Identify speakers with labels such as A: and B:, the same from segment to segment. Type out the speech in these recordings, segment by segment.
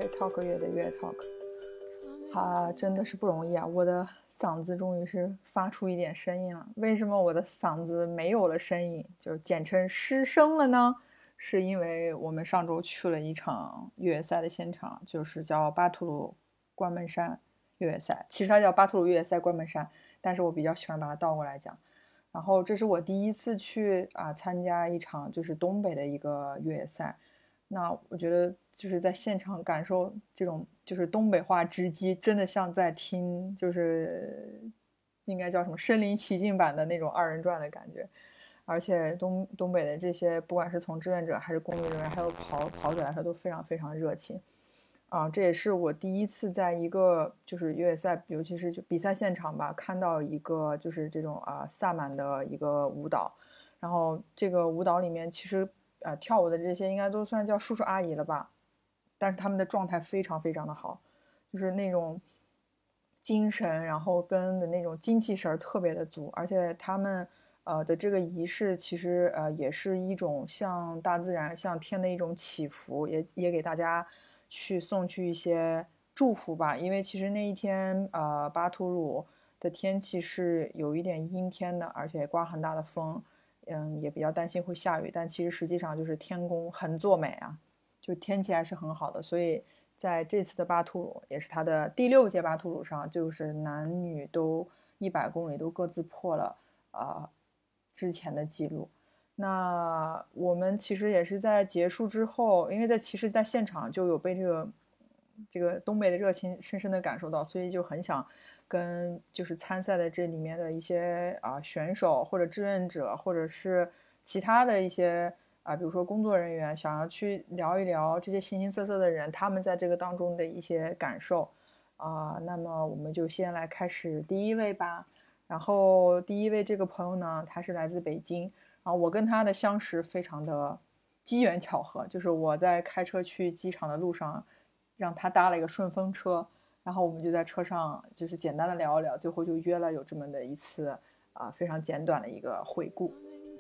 A: talk 乐的乐 talk，真的是不容易啊！我的嗓子终于是发出一点声音了。为什么我的嗓子没有了声音，就是简称失声了呢？是因为我们上周去了一场越野赛的现场，就是叫巴图鲁关门山越野赛。其实它叫巴图鲁越野赛关门山，但是我比较喜欢把它倒过来讲。然后这是我第一次去参加一场就是东北的一个越野赛。那我觉得就是在现场感受这种就是东北话直击，真的像在听就是应该叫什么身临其境版的那种二人转的感觉。而且东北的这些不管是从志愿者还是公益人员还有跑者来说都非常非常热情这也是我第一次在一个就是越野赛尤其是就比赛现场吧看到一个就是这种萨满的一个舞蹈。然后这个舞蹈里面其实跳舞的这些应该都算叫叔叔阿姨了吧，但是他们的状态非常非常的好，就是那种精神然后跟的那种精气神特别的足。而且他们的这个仪式其实也是一种向大自然向天的一种祈福，也给大家去送去一些祝福吧。因为其实那一天巴图鲁的天气是有一点阴天的，而且刮很大的风，也比较担心会下雨，但其实实际上就是天公很作美啊，就天气还是很好的。所以在这次的巴图鲁也是他的第6届巴图鲁上，就是男女都100公里都各自破了之前的记录。那我们其实也是在结束之后，因为其实在现场就有被这个东北的热情深深的感受到，所以就很想跟就是参赛的这里面的一些选手或者志愿者或者是其他的一些比如说工作人员，想要去聊一聊这些形形色色的人他们在这个当中的一些感受那么我们就先来开始第一位吧。然后第一位这个朋友呢，他是来自北京，然后我跟他的相识非常的机缘巧合，就是我在开车去机场的路上让他搭了一个顺风车，然后我们就在车上就是简单的聊一聊，最后就约了有这么的一次非常简短的一个回顾。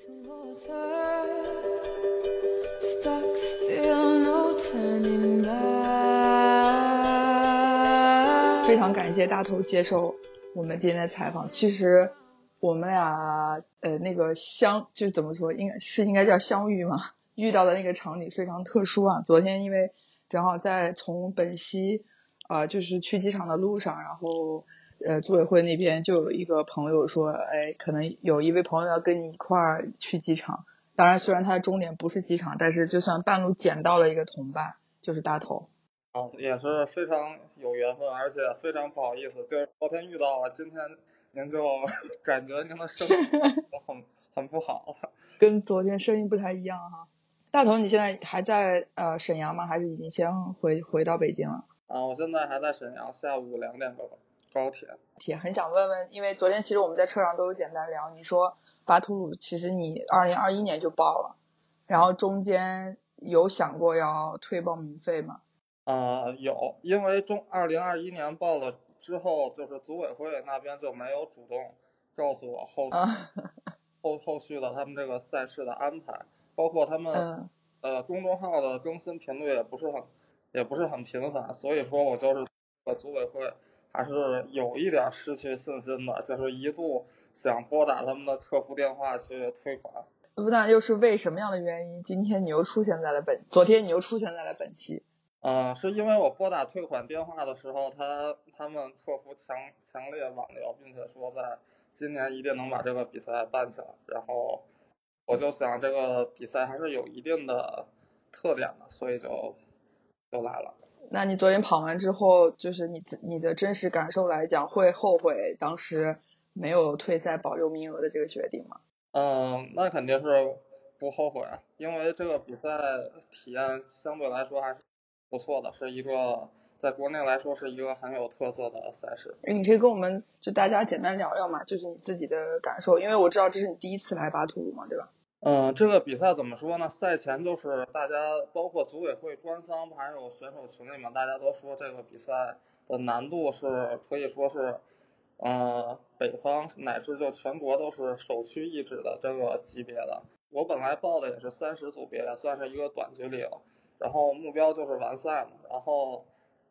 A: 非常感谢大头接受我们今天的采访。其实我们俩那个就怎么说应该叫相遇嘛，遇到的那个场景非常特殊啊。昨天因为正好在从本溪就是去机场的路上，然后组委会那边就有一个朋友说可能有一位朋友要跟你一块儿去机场。当然虽然他的终点不是机场，但是就算半路捡到了一个同伴，就是大头。
B: 也是非常有缘分，而且非常不好意思，就是昨天遇到了，今天您就感觉您的声音很不好，
A: 跟昨天声音不太一样哈。大头，你现在还在沈阳吗？还是已经先回到北京了？
B: 我现在还在沈阳，下午2点高铁。
A: 很想问问，因为昨天其实我们在车上都有简单聊，你说巴图鲁其实你2021年就报了，然后中间有想过要退报名费吗？
B: 有，因为2021年报了之后，就是组委会那边就没有主动告诉我后续的他们这个赛事的安排，包括他们公众号的更新频率也不是很频繁，所以说我就是组委会还是有一点失去信心的，就是一度想拨打他们的客服电话去退款。
A: 那又是为什么样的原因？今天你又出现在了昨天你又出现在了本期？
B: 是因为我拨打退款电话的时候，他们客服强烈挽留，并且说在今年一定能把这个比赛办起来。然后我就想这个比赛还是有一定的特点的，所以就来了。
A: 那你昨天跑完之后，就是你的真实感受来讲，会后悔当时没有退赛保留名额的这个决定吗？
B: 那肯定是不后悔啊，因为这个比赛体验相对来说还是不错的，是一个在国内来说是一个很有特色的赛事。
A: 你可以跟我们就大家简单聊聊嘛，就是你自己的感受，因为我知道这是你第一次来巴图鲁嘛，对吧？
B: 这个比赛怎么说呢？赛前就是大家包括组委会官方还有选手群里面，大家都说这个比赛的难度是可以说是北方乃至就全国都是首屈一指的这个级别的。我本来报的也是30组别，算是一个短距离了，然后目标就是完赛嘛。然后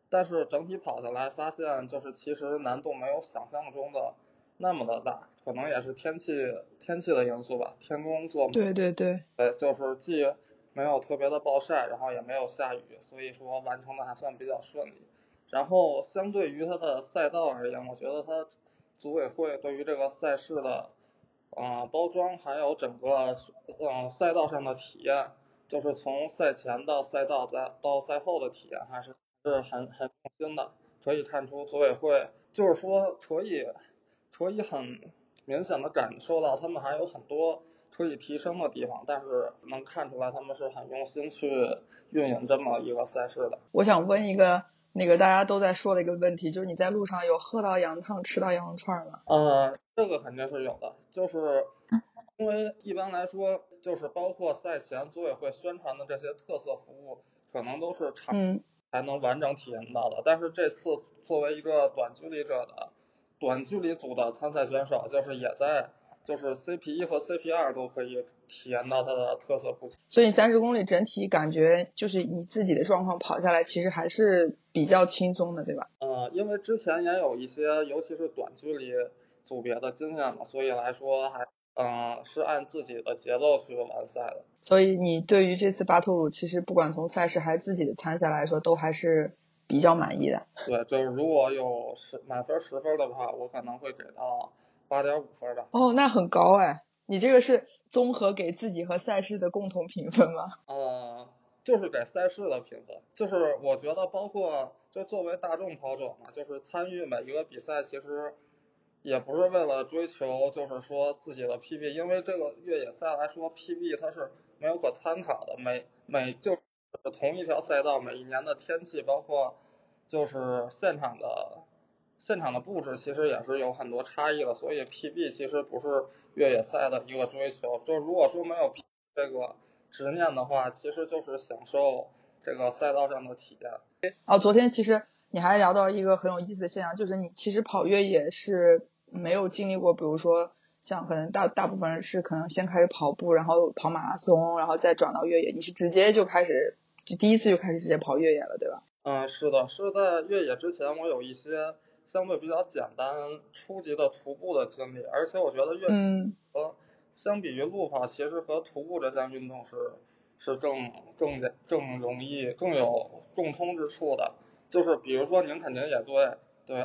B: 但是整体跑下来发现，就是其实难度没有想象中的那么的大，可能也是天气的因素吧。天公作美，
A: 对对对，
B: 就是既没有特别的暴晒，然后也没有下雨，所以说完成的还算比较顺利。然后相对于它的赛道而言，我觉得它组委会对于这个赛事的包装还有整个赛道上的体验，就是从赛前到赛道再到赛后的体验，还是很用心的。可以看出组委会就是说可以很明显的感受到他们还有很多可以提升的地方，但是能看出来他们是很用心去运营这么一个赛事的。
A: 我想问一个大家都在说的一个问题，就是你在路上有喝到羊汤吃到羊肉串吗？
B: 这个肯定是有的，就是因为一般来说，就是包括赛前组委会宣传的这些特色服务，可能都是才能完整体验到的。但是这次作为一个短距离组的参赛选手，就是也在就是 CP1 和CP2 都可以体验到它的特色步行。
A: 所以30公里整体感觉就是你自己的状况跑下来，其实还是比较轻松的，对吧？
B: 因为之前也有一些，尤其是短距离组别的经验嘛，所以来说还是按自己的节奏去完赛的。
A: 所以你对于这次巴图鲁，其实不管从赛事还是自己的参赛来说，都还是比较满意的。
B: 对，就是如果有满分10分的话，我可能会给到8.5分的。
A: 哦，那很高哎！你这个是综合给自己和赛事的共同评分吗？
B: 就是给赛事的评分，就是我觉得包括就作为大众跑者嘛，就是参与每一个比赛，其实也不是为了追求就是说自己的 PB，因为这个越野赛来说 PB 它是没有可参考的，就是同一条赛道每一年的天气，包括就是现场的布置其实也是有很多差异的，所以 PB 其实不是越野赛的一个追求。就如果说没有 PB 这个执念的话，其实就是享受这个赛道上的体验。
A: 昨天其实你还聊到一个很有意思的现象，就是你其实跑越野是没有经历过，比如说像可能大部分人是可能先开始跑步，然后跑马拉松，然后再转到越野，你是直接就第一次就开始直接跑越野了，对吧？
B: 是的，是在越野之前，我有一些相对比较简单、初级的徒步的经历，而且我觉得越野相比于路跑，其实和徒步这项运动是更容易、更有共通之处的。就是比如说，您肯定也对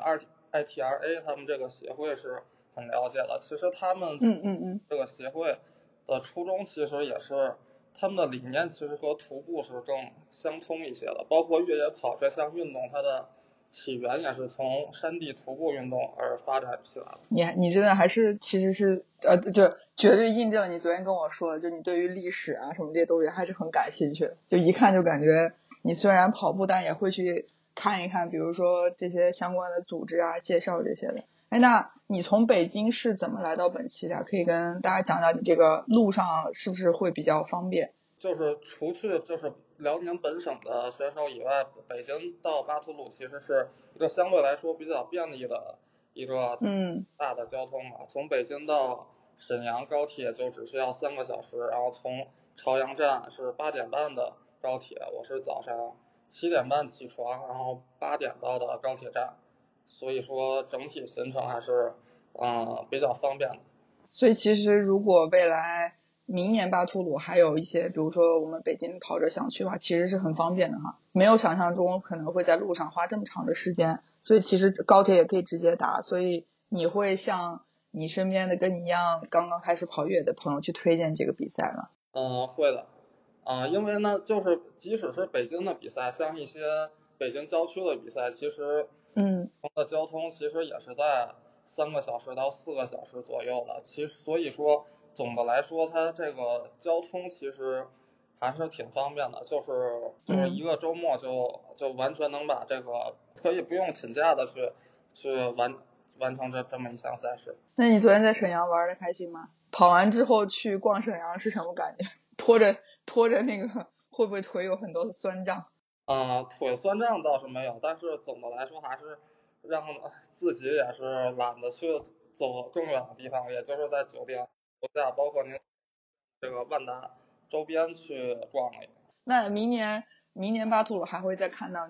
B: ITRA 他们这个协会是很了解的。其实他们这个协会的初衷其实也是。他们的理念其实和徒步是更相通一些的，包括越野跑这项运动，它的起源也是从山地徒步运动而发展起来的。
A: 你真的还是其实是就绝对印证了你昨天跟我说的，就你对于历史啊什么这些东西还是很感兴趣的，就一看就感觉你虽然跑步，但也会去看一看，比如说这些相关的组织啊、介绍这些的。哎，那你从北京是怎么来到本溪的？可以跟大家讲讲你这个路上是不是会比较方便？
B: 就是除去就是辽宁本省的选手以外，北京到巴图鲁其实是一个相对来说比较便利的一个大的交通嘛。从北京到沈阳高铁就只需要3个小时，然后从朝阳站是8点半的高铁，我是早上7点半起床，然后8点到的高铁站，所以说整体行程还是比较方便的。
A: 所以其实如果未来明年巴图鲁还有一些，比如说我们北京跑者想去的话，其实是很方便的哈，没有想象中可能会在路上花这么长的时间，所以其实高铁也可以直接打。所以你会向你身边的跟你一样刚刚开始跑越野的朋友去推荐这个比赛吗？
B: 会的。因为呢，就是即使是北京的比赛，像一些北京郊区的比赛，其实的交通其实也是在3个小时到4个小时左右的。其实所以说总的来说，它这个交通其实还是挺方便的，就是一个周末就完全能把这个可以不用请假的去完成这么一项赛事。
A: 那你昨天在沈阳玩的开心吗？跑完之后去逛沈阳是什么感觉？拖着那个会不会腿有很多的酸胀？
B: 腿酸胀倒是没有，但是总的来说还是让自己也是懒得去走更远的地方，也就是在酒店楼下，包括您这个万达周边去逛了一下。
A: 那明年巴图鲁还会再看到你吗？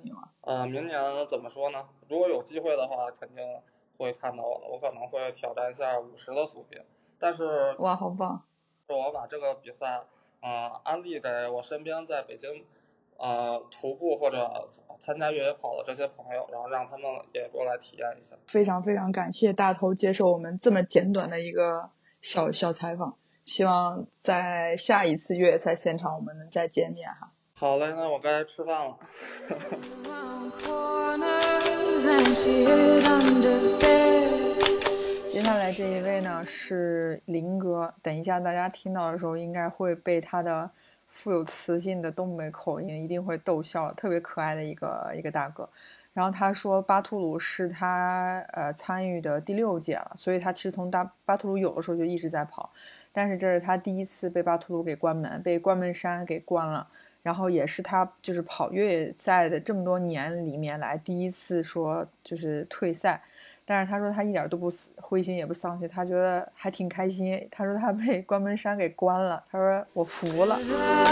B: 明年怎么说呢？如果有机会的话，肯定会看到我的。我可能会挑战一下50的速pit但是
A: 哇，好棒！
B: 我把这个比赛安利给我身边在北京徒步或者参加越野跑的这些朋友，然后让他们也过来体验一下。
A: 非常非常感谢大头接受我们这么简短的一个小采访，希望在下一次越野赛现场我们能再见面哈。
B: 好嘞，那我该吃饭了。
A: 接下来这一位呢是林哥，等一下大家听到的时候应该会被他的富有磁性的东北口音一定会逗笑，特别可爱的一个大哥。然后他说巴图鲁是他参与的第6届了，所以他其实从巴图鲁有的时候就一直在跑，但是这是他第一次被巴图鲁给关门，被关门山给关了，然后也是他就是跑越野赛的这么多年里面来第一次说就是退赛。但是他说他一点都不灰心也不丧气，他觉得还挺开心。他说他被关门山给关了，他说我服了。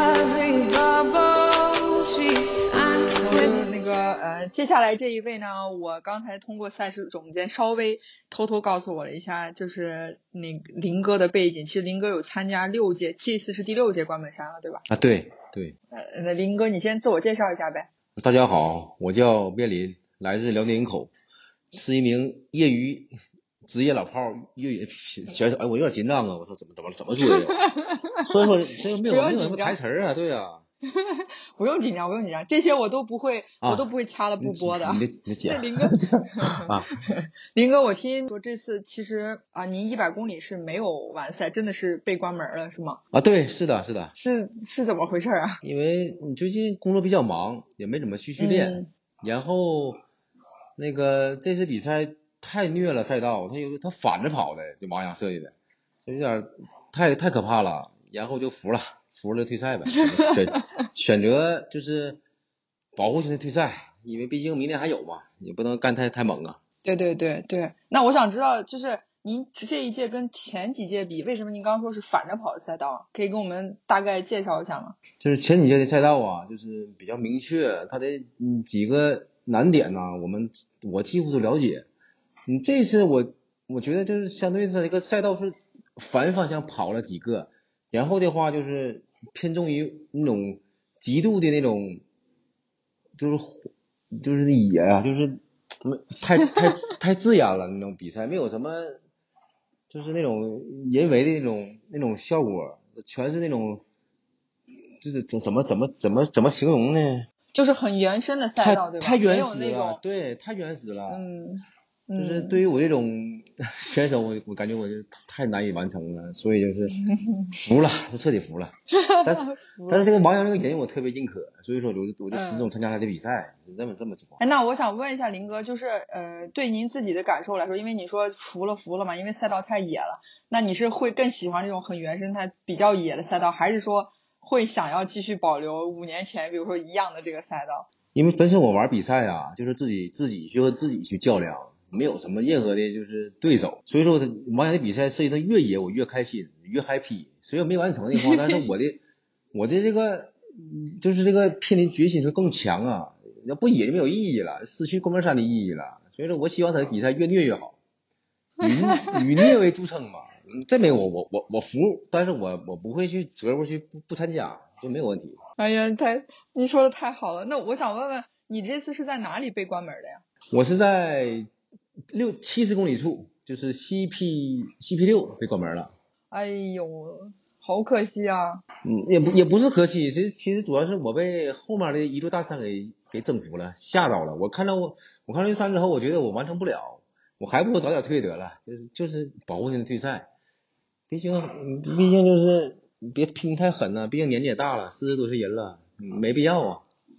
A: 那个接下来这一位呢，我刚才通过赛事总监稍微偷偷告诉我了一下，就是那个林哥的背景。其实林哥有参加6届，这次是第6届关门山了，对吧？
C: 啊，对对。
A: 那林哥你先自我介绍一下呗。
C: 大家好，我叫边林，来自辽宁营口，是一名业余职业老炮越野选手。哎，我有点紧张啊！我说怎么说的？所以说这没有什么台词啊，对啊。
A: 不用紧张，不用紧张，这些我都不会，我都不会掐了不播的。
C: 你讲。
A: 林哥啊，林哥，我听说这次其实您100公里是没有完赛，真的是被关门了，是吗？
C: 啊，对，是的，
A: 是怎么回事啊？
C: 因为你最近工作比较忙，也没怎么去训练，然后那个这次比赛太虐了，赛道他反着跑的，就马养设计的，就有点太可怕了，然后就服了退赛呗，选择就是保护性的退赛，因为毕竟明年还有嘛，你不能干太猛啊。
A: 对，那我想知道，就是您这一届跟前几届比，为什么您刚刚说是反着跑的赛道？可以跟我们大概介绍一下吗？
C: 就是前几届的赛道啊，就是比较明确，它的几个难点呢，我几乎都了解。这次我觉得就是相对它这个赛道是反方向跑了几个，然后的话就是偏重于那种极度的那种，就是野啊，就是太自然了那种比赛，没有什么就是那种人为的那种效果，全是那种就是怎么形容呢？
A: 就是很原生的赛道，对吧？
C: 太原始了，对，太原始了。就是对于我这种选手，我感觉我就太难以完成了，所以就是服了，就彻底服了。但是这个王阳这个人我特别认可，所以说我就始终参加他的比赛，就这么情况。
A: 那我想问一下林哥，就是对您自己的感受来说，因为你说服了嘛，因为赛道太野了，那你是会更喜欢这种很原生、它比较野的赛道，还是说会想要继续保留5年前比如说一样的这个赛道？
C: 因为本身我玩比赛啊，就是自己去和自己去较量。没有什么任何的就是对手，所以说王阳的比赛涉及到越野我越开心越 happy， 虽然没完成的话，但是我的这个就是这个拼的决心会更强啊，要不野就没有意义了，失去关门山的意义了，所以说我希望他的比赛越虐越好，以虐为著称嘛。这没有我服，但是我不会去折过去不参加，就没有问题。
A: 哎呀，你说的太好了，那我想问问你这次是在哪里被关门的呀？
C: 我是在70公里处，就是 CP6 被关门了。
A: 哎呦，好可惜啊。
C: 也不是可惜，其实主要是我被后面的一座大山给征服了，吓到了。我看到这山之后，我觉得我完成不了，我还不如早点退得了，就是保护性的退赛。毕竟就是别拼太狠了，毕竟年纪也大了，40多岁人了，没必要啊。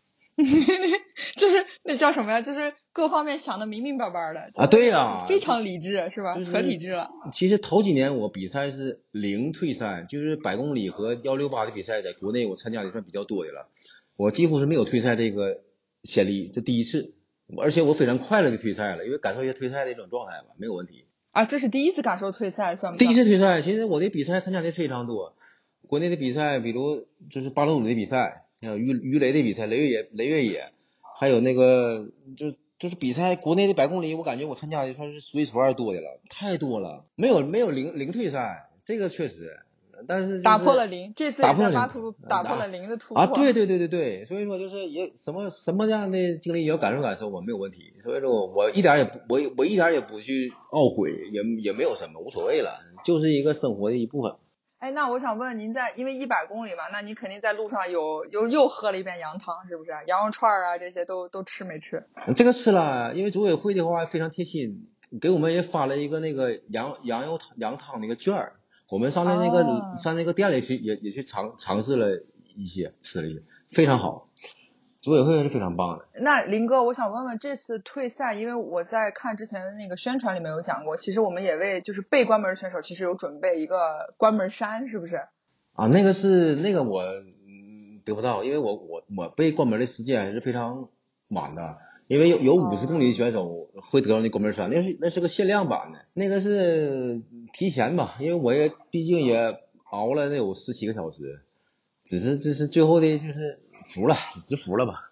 A: 就是那叫什么呀？就是各方面想的明明白白的
C: 啊，对呀，
A: 非常理智，是吧？可理智了。
C: 其实头几年我比赛是0退赛，就是100公里和168的比赛，在国内我参加的算比较多的了，我几乎是没有退赛这个先例，这第一次，而且我非常快乐的退赛了，因为感受一下退赛的一种状态吧，没有问题。
A: 啊，这是第一次感受退赛，算不？
C: 第一次退赛，其实我的比赛参加的非常多，国内的比赛，比如就是巴鲁鲁的比赛，还有鱼雷的比赛，雷越野， 还有那个就是比赛国内的100公里，我感觉我参加的算是数一数二多的了，太多了，没有零退赛，这个确实。但是、就是、
A: 打破了零，这次也在巴图鲁打破了零的突破
C: 对，所以说就是也什么样的经历也要感受我没有问题，所以说我一点也不去懊悔，也没有什么，无所谓了，就是一个生活的一部分。
A: 哎，那我想问您因为100公里嘛，那你肯定在路上又喝了一遍羊汤，是不是？羊肉串啊这些都吃没吃？
C: 这个吃了，因为组委会的话非常贴心，给我们也发了一个那个羊汤那个券儿。我们上那个店里去也去尝试了一些，吃了一些，非常好，组委会是非常棒的。
A: 那林哥，我想问问这次退赛，因为我在看之前的那个宣传里面有讲过，其实我们也为就是被关门选手其实有准备一个关门衫，是不是？
C: 啊，那个我得不到，因为我被关门的时间还是非常晚的。因为有50公里的选手会得到那关门衫，那是个限量版的，那个是提前吧，因为我也毕竟也熬了有17个小时，只是最后的就是服了吧。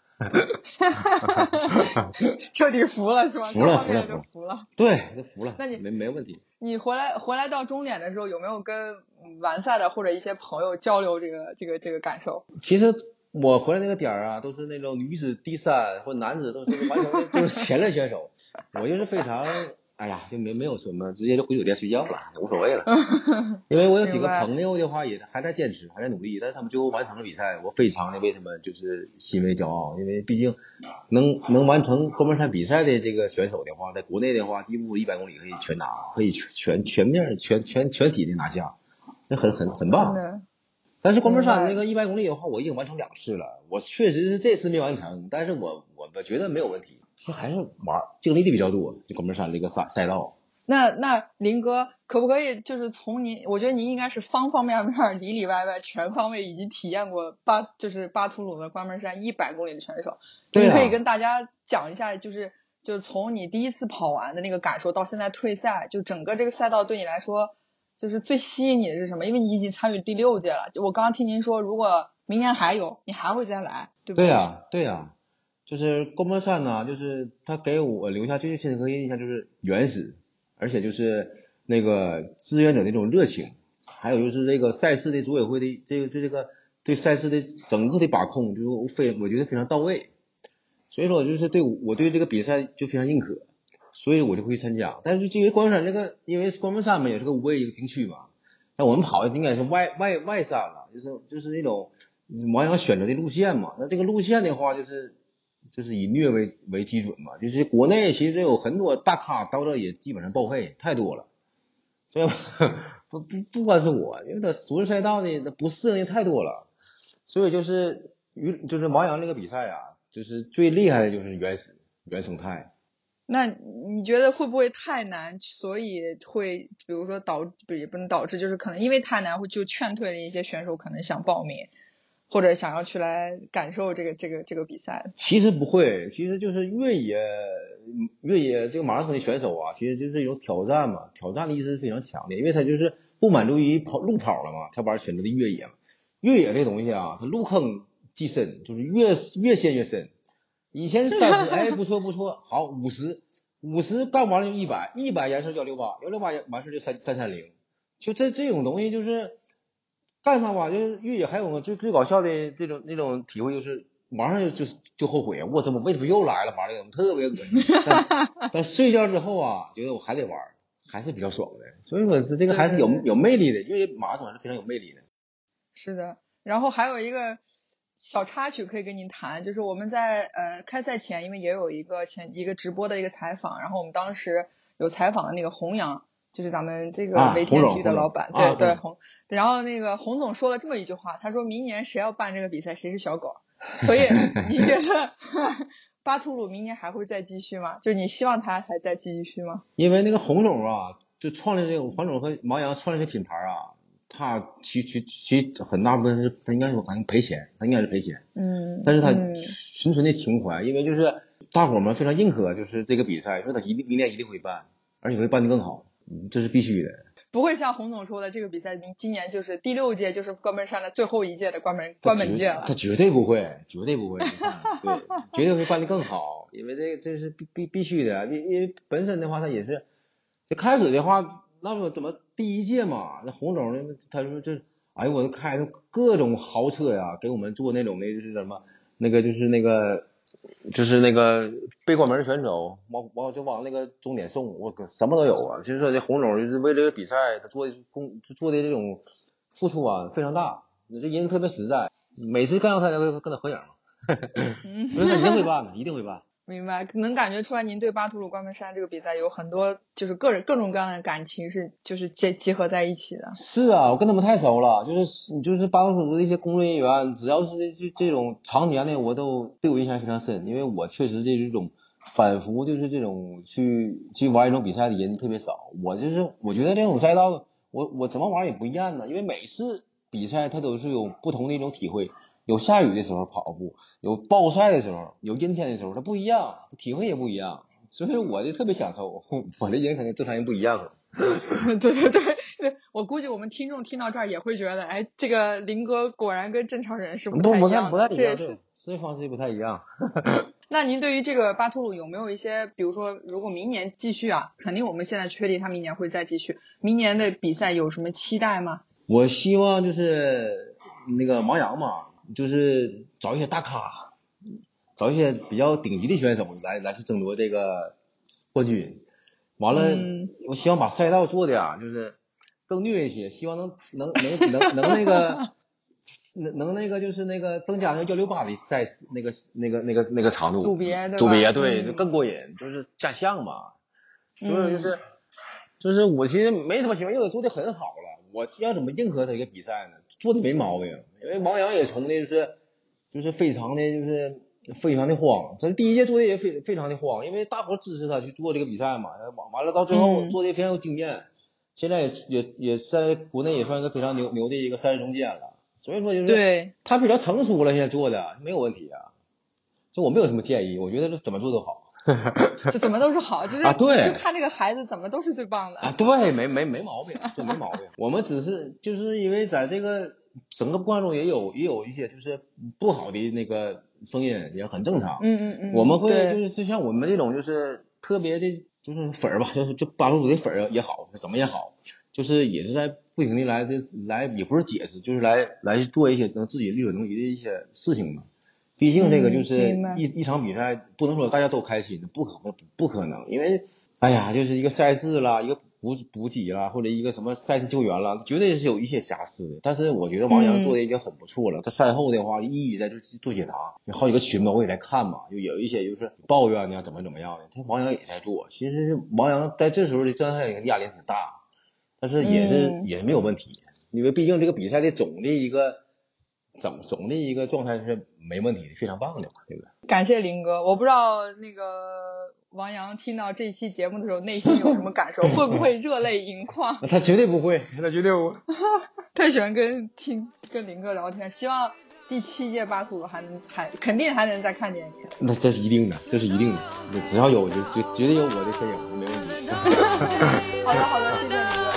A: 彻底服了是吧？
C: 服了，对，就服了。
A: 那你
C: 没问题。
A: 你回来到终点的时候，有没有跟完赛的或者一些朋友交流这个感受？
C: 其实我回来那个点啊，都是那种女子第3或男子都是完成的就是前列选手，我就是非常哎呀，就没有什么，直接就回酒店睡觉了，无所谓了。因为我有几个朋友的话也还在坚持，还在努力，但是他们最后完成了比赛，我非常的为他们就是欣慰骄傲，因为毕竟能完成关门山比赛的这个选手的话，在国内的话，几乎100公里可以全拿，可以全面全体的拿下，那很棒。但是关门山那个100公里的话，我已经完成2次了，我确实是这次没完成，但是我觉得没有问题，其实还是经历的比较多，就关门山这个赛道。
A: 那林哥可不可以就是从您，我觉得您应该是方方面面里里外外全方位已经体验过巴图鲁的关门山100公里的选手，
C: 对
A: 你可以跟大家讲一下，就是从你第一次跑完的那个感受到现在退赛，就整个这个赛道对你来说就是最吸引你的是什么？因为你已经参与第6届了，就我刚刚听您说，如果明年还有，你还会再来，对不对？
C: 对呀，就是关门山呢，就是他给我留下最深刻印象就是原始，而且就是那个志愿者的那种热情，还有就是这个赛事的组委会的这个对赛事的整个的把控，就是我觉得非常到位，所以说就是我对这个比赛就非常认可，所以我就会参加。但是因为关门山这个，因为关门山嘛也是个5A一个景区嘛，那我们跑的应该是外山了，就是那种王阳选择的路线嘛。那这个路线的话，就是以虐为基准嘛。就是国内其实有很多大咖到这也基本上报废，太多了。所以不光是我，因为它熟人赛道呢，它不适应的太多了。所以就是王阳这个比赛啊，就是最厉害的就是原生态。
A: 那你觉得会不会太难，所以会比如说也不能导致，就是可能因为太难就劝退了一些选手可能想报名或者想要去来感受这个比赛？
C: 其实不会，其实就是越野这个马拉松的选手啊，其实就是一种挑战嘛，挑战的意思是非常强烈，因为他就是不满足于路跑了嘛，他把选择的越野嘛。越野这东西啊，它入坑既深，就是越陷越深。以前30哎不错，好50干完了就100完事叫68完事就330，就这种东西就是干上吧，就是越野还有最搞笑的那种体会就是马上就后悔，我怎么为什么又来了，玩这种特别恶心。但睡觉之后啊，觉得我还得玩，还是比较爽的。所以说这个还是有魅力的，越野马拉松还是非常有魅力的。
A: 是的，然后还有一个小插曲可以跟您谈，就是我们在开赛前，因为也有一个直播的一个采访，然后我们当时有采访的那个洪阳，就是咱们这个维田体育的老板，对，然后那个洪总说了这么一句话，他说明年谁要办这个比赛谁是小狗，所以你觉得巴图鲁明年还会再继续吗？就是你希望他还再继续吗？
C: 因为那个洪总啊，就创立这个黄总和王阳创立这个品牌啊，他其很大部分是他应该是赔钱，但是他纯纯的情怀，因为就是大伙们非常认可，就是这个比赛，说他明年一定会办，而且会办得更好，这是必须的。
A: 不会像洪总说的，这个比赛今年就是第6届，就是关门山的最后一届的关门届了。
C: 他绝对不会，绝对不会，对，绝对会办得更好，因为这是必须的，因为本身的话，他也是，就开始的话，那么怎么第1届嘛，那洪总呢，他说这，哎呦，我都开的各种豪车呀，给我们做那种的，就是什么，就是那个被关门选手，就往那个终点送，我什么都有啊。其实说这洪总就是为了这个比赛，他做的这种付出啊非常大，这人特别实在，每次看到他都跟他合影嘛，所以他一定会办的，一定会办。
A: 明白，能感觉出来您对巴图鲁关门山这个比赛有很多就是各种各样的感情是就是结合在一起的。
C: 是啊，我跟他们太熟了，就是巴图鲁的一些工作人员，只要是这种常年的，我都对我印象非常深，因为我确实这种反复就是这种去玩一种比赛的人特别少。我觉得这种赛道我怎么玩也不一样的，因为每次比赛它都是有不同的一种体会。有下雨的时候跑步，有暴晒的时候，有阴天的时候，它不一样，体会也不一样，所以我就特别享受。我的人肯定正常人不一样。
A: 对，我估计我们听众听到这儿也会觉得，哎，这个林哥果然跟正常人是不太一样的，这也是
C: 思维方式不太一样。
A: 那您对于这个巴图鲁有没有一些，比如说，如果明年继续啊，肯定我们现在确定他明年会再继续，明年的比赛有什么期待吗？
C: 我希望就是那个王阳嘛。就是找一些大咖，找一些比较顶级的选手来去争夺这个冠军。完了，我希望把赛道做的呀，就是更虐一些，希望能那个能那个就是那个增加那个168的赛事那个长度
A: 组别
C: 对，就更过瘾，就是加项嘛。所以就是我其实没什么希望，因为我做的很好了，我要怎么认可他一个比赛呢？做的没毛病。因为王阳也从的就是非常的慌，他第1届做的也非常的慌，因为大伙支持他去做这个比赛嘛，完了到最后做的非常有经验，现在也在国内也算一个非常牛的一个赛事中间了，所以说就是
A: 对
C: 他比较成熟了，现在做的没有问题啊，就我没有什么建议，我觉得怎么做都好。
A: 就怎么都是好，就是
C: 对，
A: 就看这个孩子怎么都是最棒的
C: 对，没毛病，这没毛病。我们只是就是因为在这个整个过程中也有一些就是不好的那个声音，也很正常。我们会就像我们这种就是特别的就是粉儿吧，就巴图鲁的粉儿也好，怎么也好，就是也是在不停的来也不是解释，就是来做一些能自己力所能及的一些事情嘛。毕竟这个就是一场比赛，不能说大家都开心，不可能，因为哎呀，就是一个赛事啦，一个补给啦，或者一个什么赛事救援啦，绝对是有一些瑕疵的。但是我觉得王阳做的已经很不错了。他赛后的话一直在做解答，有好几个群嘛，我也在看嘛，就有一些就是抱怨呢，怎么样的，他王阳也在做。其实王阳在这时候的状态压力挺大，但是也没有问题，因为毕竟这个比赛的总的一个状态是没问题的，非常棒的嘛，对不对？
A: 感谢林哥，我不知道那个王阳听到这期节目的时候内心有什么感受，会不会热泪盈眶？
C: 他绝对不会，他绝对不会。
A: 太喜欢跟林哥聊天，希望第7届巴图鲁肯定还能再看见你。
C: 那这是一定的，只要有就绝对有我的身影，没问题。
A: 好的，谢谢林哥。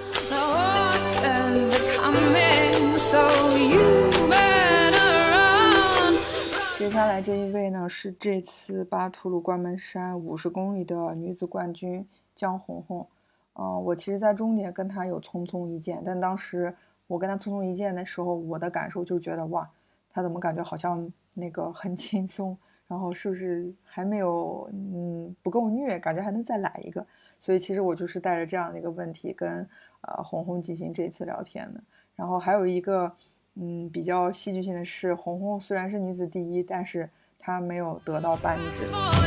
A: 接下来这一位呢是这次巴图鲁关门山50公里的女子冠军江红红。我其实在终点跟她有匆匆一见，但当时我跟她匆匆一见的时候，我的感受就觉得哇，她怎么感觉好像那个很轻松，然后是不是还没有不够虐，感觉还能再来一个。所以其实我就是带着这样的一个问题跟红红进行这次聊天的。然后还有一个比较戏剧性的是，红红虽然是女子第1，但是她没有得到颁指。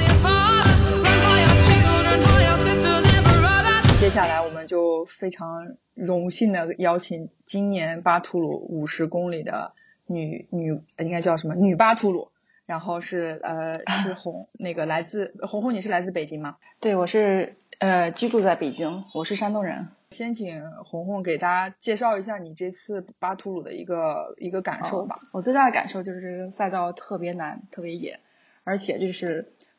A: 接下来我们就非常荣幸的邀请今年巴图鲁50公里的女应该叫什么女巴图鲁，然后是那个来自红红，你是来自北京吗？
D: 对，我是居住在北京，我是山东人。
A: 先请红红给大家介绍一下你这次巴图鲁的一个感受吧。
D: 我最大的感受就是这个赛道特别难，特别野，而且就是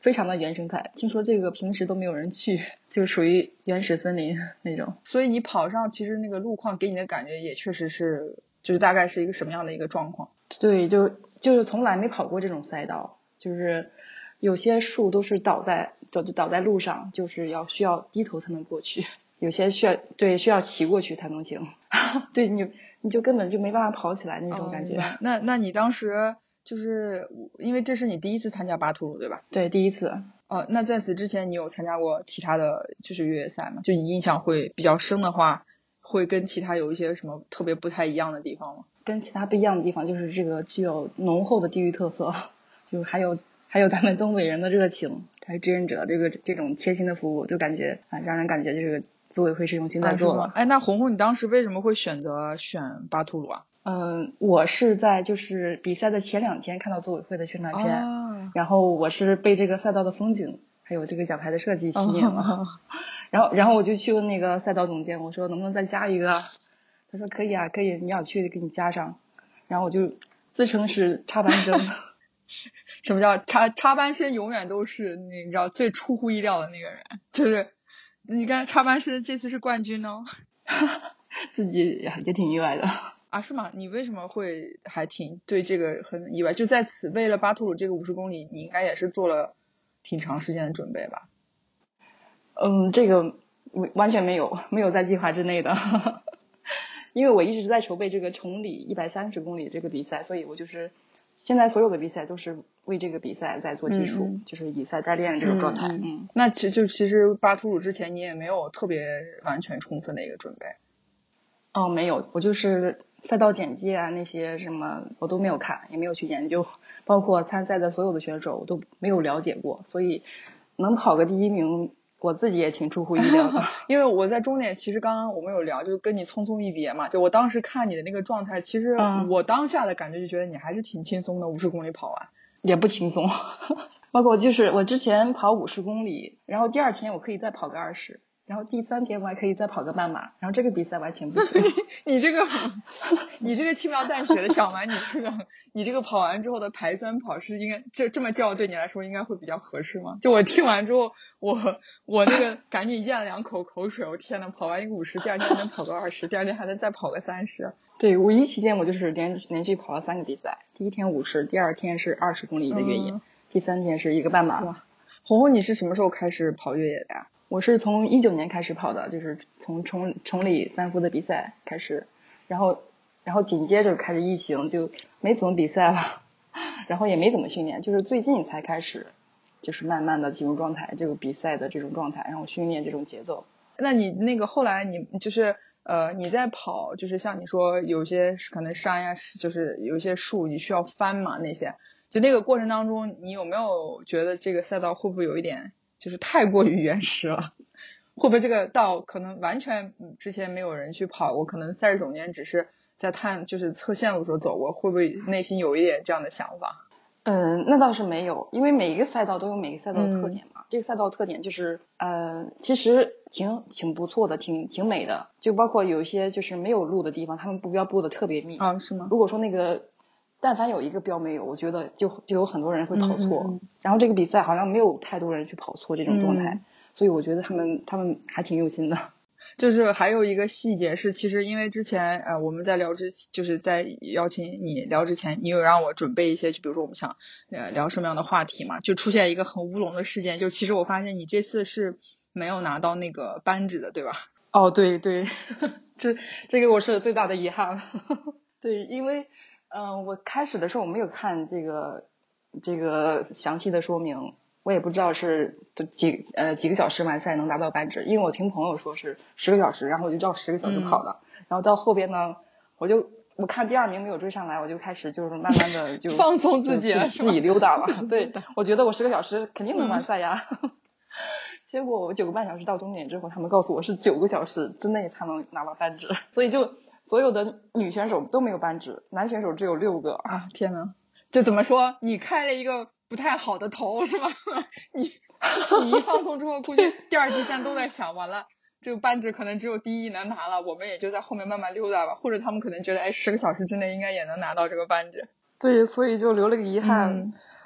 D: 非常的原生态。听说这个平时都没有人去，就属于原始森林那种。
A: 所以你跑上，其实那个路况给你的感觉也确实是，就是大概是一个什么样的一个状况？
D: 对，就是从来没跑过这种赛道，就是有些树都是倒在路上，就是需要低头才能过去，有些需要骑过去才能行。对，你就根本就没办法跑起来那种感觉。
A: 那你当时就是因为这是你第一次参加巴图鲁对吧？
D: 对，第一次。
A: 那在此之前你有参加过其他的就是越野赛吗？就你印象会比较深的话，会跟其他有一些什么特别不太一样的地方吗？
D: 跟其他不一样的地方就是这个具有浓厚的地域特色，就还有咱们东北人的热情，还有志愿者这种贴心的服务，就感觉让人感觉这个组委会是用心在做了。
A: 那红红你当时为什么会选巴图鲁啊？
D: 我是在就是比赛的前2天看到组委会的宣传片，然后我是被这个赛道的风景还有这个奖牌的设计吸引了，然后我就去问那个赛道总监，我说能不能再加一个？他说可以啊，可以，你要去给你加上。然后我就自称是插班生。
A: 什么叫插班生？永远都是你知道最出乎意料的那个人，就是你看插班生这次是冠军哦。
D: 自己也挺意外的
A: 啊？是吗？你为什么会还挺对这个很意外？就在此为了巴图鲁这个50公里，你应该也是做了挺长时间的准备吧？
D: 这个完全没有在计划之内的。因为我一直在筹备这个崇礼130公里这个比赛，所以我就是现在所有的比赛都是为这个比赛在做基础，就是以赛代练这种状态。
A: 那其实巴图鲁之前你也没有特别完全充分的一个准备。
D: 没有，我就是赛道简介啊那些什么我都没有看，也没有去研究，包括参赛的所有的选手我都没有了解过，所以能跑个第1名我自己也挺出乎意料的。
A: 因为我在终点其实刚刚我们有聊，就是跟你匆匆一别嘛，就我当时看你的那个状态，其实我当下的感觉就觉得你还是挺轻松的，50公里跑完
D: 也不轻松。包括就是我之前跑50公里，然后第2天我可以再跑个20，然后第3天我还可以再跑个半马，然后这个比赛完全不行。
A: 你这个轻描淡写的讲完，你这个跑完之后的排酸跑是应该这么叫对你来说应该会比较合适吗？就我听完之后，我那个赶紧咽了2口口水，我天呐，跑完一个50，第2天还能跑个20，第2天还能再跑个30。
D: 对，5·1期间我就是连续跑了3个比赛，第1天50，第2天是20公里的越野，第3天是一个半马。
A: 红红，你是什么时候开始跑越野的呀？
D: 我是从19年开始跑的，就是从崇礼3伏的比赛开始，然后紧接着开始疫情，就没怎么比赛了，然后也没怎么训练，就是最近才开始，就是慢慢的进入状态，这个比赛的这种状态，然后训练这种节奏。
A: 那你那个后来你就是你在跑，就是像你说有些可能山呀，就是有一些树你需要翻嘛，那些就那个过程当中，你有没有觉得这个赛道会不会有一点就是太过于原始了？会不会这个道可能完全之前没有人去跑过，可能赛事总监只是在就是测线路时候走过，会不会内心有一点这样的想法？
D: 那倒是没有，因为每一个赛道都有每个赛道的特点嘛。这个赛道特点就是其实挺不错的，挺美的。就包括有一些就是没有路的地方，他们布标布的特别密
A: 是吗？
D: 如果说那个但凡有一个标没有，我觉得就有很多人会跑错。然后这个比赛好像没有太多人去跑错这种状态，所以我觉得他们还挺用心的。
A: 就是还有一个细节是，其实因为之前我们在就是在邀请你聊之前，你有让我准备一些，就比如说我们想聊什么样的话题嘛，就出现一个很乌龙的事件，就其实我发现你这次是没有拿到那个扳指的，对吧？
D: 对这个我是最大的遗憾。对，因为我开始的时候我没有看这个详细的说明，我也不知道是几个小时完赛能拿到扳指，因为我听朋友说是10个小时，然后我就照10个小时跑的。然后到后边呢，我看第2名没有追上来，我就开始就是慢慢的就
A: 放松自己了，
D: 自己溜达了。对，我觉得我10个小时肯定能完赛呀。结果我9个半小时到终点之后，他们告诉我是9个小时之内才能拿到扳指，所以就所有的女选手都没有扳指，男选手只有6个
A: 啊！天哪，就怎么说你开了一个不太好的头是吗？你一放松之后，估计第2、第3都在想，完了这个扳指可能只有第1能拿了，我们也就在后面慢慢溜达吧，或者他们可能觉得10个小时之内应该也能拿到这个扳指。
D: 对，所以就留了个遗憾。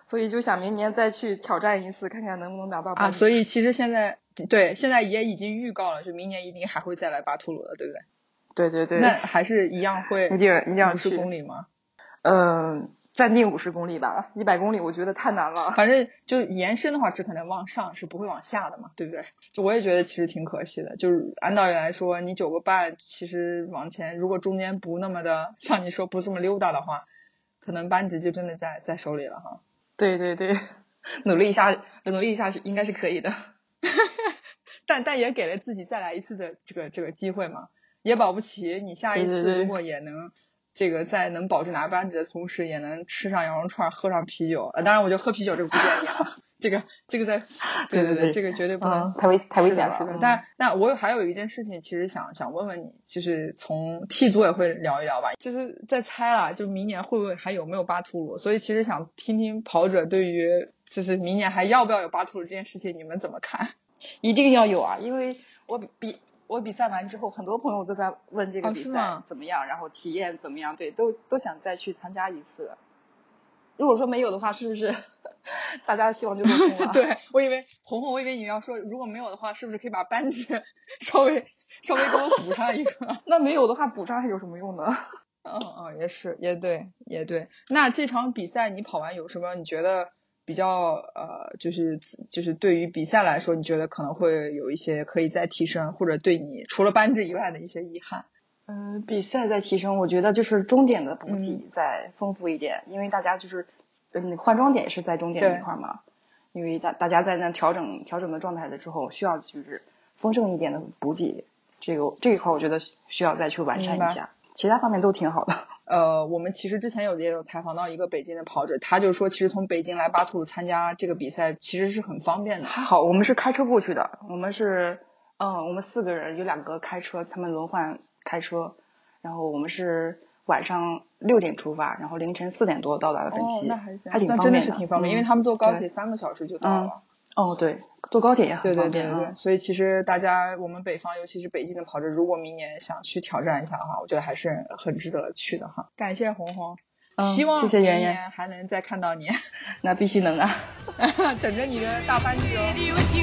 D: 所以就想明年再去挑战一次，看看能不能拿到
A: 啊。所以其实现在也已经预告了，就明年一定还会再来巴图鲁的，对不对？
D: 对对对。
A: 那还是一样会
D: 一定要
A: 50公里吗？
D: 暂定50公里吧，100公里我觉得太难了。
A: 反正就延伸的话，只可能往上，是不会往下的嘛，对不对？就我也觉得其实挺可惜的。就是按道理来说，你9个半，其实往前，如果中间不那么的像你说不这么溜达的话，可能班值就真的在手里了哈。
D: 对对对，努力一下应该是可以的。
A: 但也给了自己再来一次的这个机会嘛，也保不齐你下一次如果也能。这个在能保证拿班值的同时，也能吃上羊肉串，喝上啤酒。当然，我觉得喝啤酒这个不建议啊。这个在对，这个绝对不能，
D: 太危险了。
A: 是的。但我还有一件事情，其实想问问你，就是从T组也会聊一聊吧，就是在猜了，就明年会不会还有没有巴图鲁？所以其实想听听跑者对于就是明年还要不要有巴图鲁这件事情，你们怎么看？
D: 一定要有啊，因为我比赛完之后，很多朋友都在问这个比赛怎么样，然后体验怎么样，对，都想再去参加一次。如果说没有的话，是不是大家希望就落空了？
A: 对，我以为红红，我以为你要说如果没有的话，是不是可以把班值稍微给我补上一个？
D: 那没有的话，补上还有什么用呢？
A: 也是，也对。那这场比赛你跑完有什么你觉得比较就是对于比赛来说，你觉得可能会有一些可以再提升，或者对你除了班值以外的一些遗憾？
D: 比赛在提升，我觉得就是终点的补给再丰富一点，因为大家就是换装点也是在终点那块嘛，因为大家在那调整的状态的之后，需要就是丰盛一点的补给，这一块我觉得需要再去完善一下，其他方面都挺好的。
A: 我们其实之前也有采访到一个北京的跑者，他就说其实从北京来巴图鲁参加这个比赛其实是很方便的。
D: 还好我们是开车过去的，我们4个人有2个开车，他们轮换开车，然后我们是晚上6点出发，然后凌晨4点多到达了本溪。
A: 那还
D: 挺方便的，
A: 那真的是挺方便，因为他们坐高铁3个小时就到了。
D: 对，坐高铁也很方便。
A: 对，所以其实我们北方，尤其是北京的跑者，如果明年想去挑战一下的话，我觉得还是很值得去的哈。感谢红红，希望明年还能再看到你。
D: 那必须能啊，
A: 等着你的大班级哦。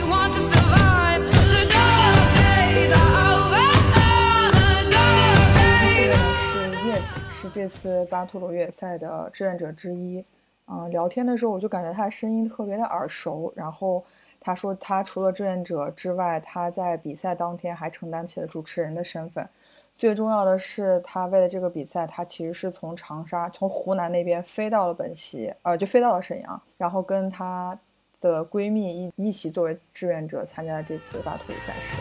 A: 是叶子，是这次巴图鲁越野赛的志愿者之一。聊天的时候我就感觉他的声音特别的耳熟，然后他说他除了志愿者之外，他在比赛当天还承担起了主持人的身份。最重要的是，他为了这个比赛，他其实是从湖南那边飞到了本溪，就飞到了沈阳，然后跟他的闺蜜一起作为志愿者参加了这次巴图鲁赛事。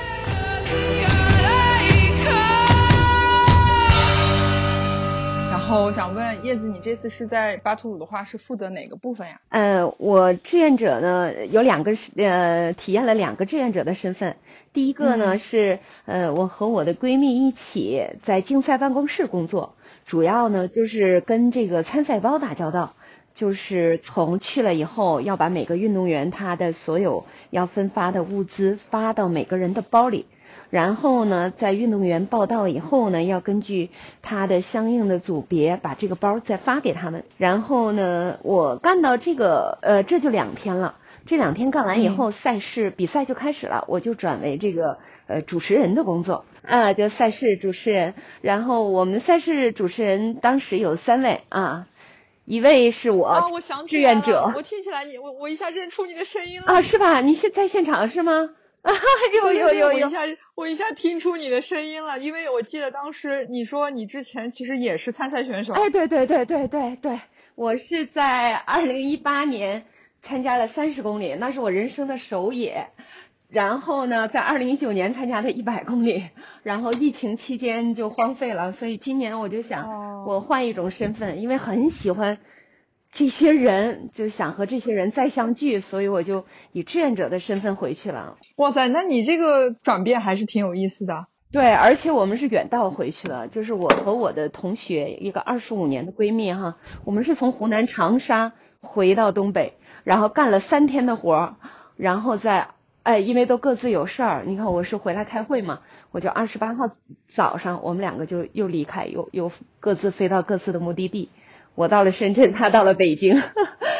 A: 然后我想问叶子，你这次是在巴图鲁的话是负责哪个部分呀？
E: 我志愿者呢有2个体验了2个志愿者的身份。第一个呢是我和我的闺蜜一起在竞赛办公室工作，主要呢就是跟这个参赛包打交道，就是从去了以后要把每个运动员他的所有要分发的物资发到每个人的包里。然后呢，在运动员报到以后呢，要根据他的相应的组别把这个包再发给他们。然后呢，我干到这个这就2天了。这2天干完以后，比赛就开始了，我就转为这个主持人的工作就赛事主持人。然后我们赛事主持人当时有3位一位是我志愿者。
A: 我听起来我一下认出你的声音了
E: 是吧？你是在现场是吗？有，
A: 我一下听出你的声音了，因为我记得当时你说你之前其实也是参赛选手。
E: 对，我是在2018年参加了30公里，那是我人生的首野。然后呢，在2019年参加的100公里，然后疫情期间就荒废了，所以今年我就想我换一种身份，因为很喜欢这些人，就想和这些人再相聚，所以我就以志愿者的身份回去了。
A: 哇塞，那你这个转变还是挺有意思的。
E: 对，而且我们是远道回去了，就是我和我的同学一个25年的闺蜜我们是从湖南长沙回到东北，然后干了3天的活，然后因为都各自有事儿，你看我是回来开会嘛，我就28号早上我们2个就又离开，又各自飞到各自的目的地。我到了深圳，他到了北京，就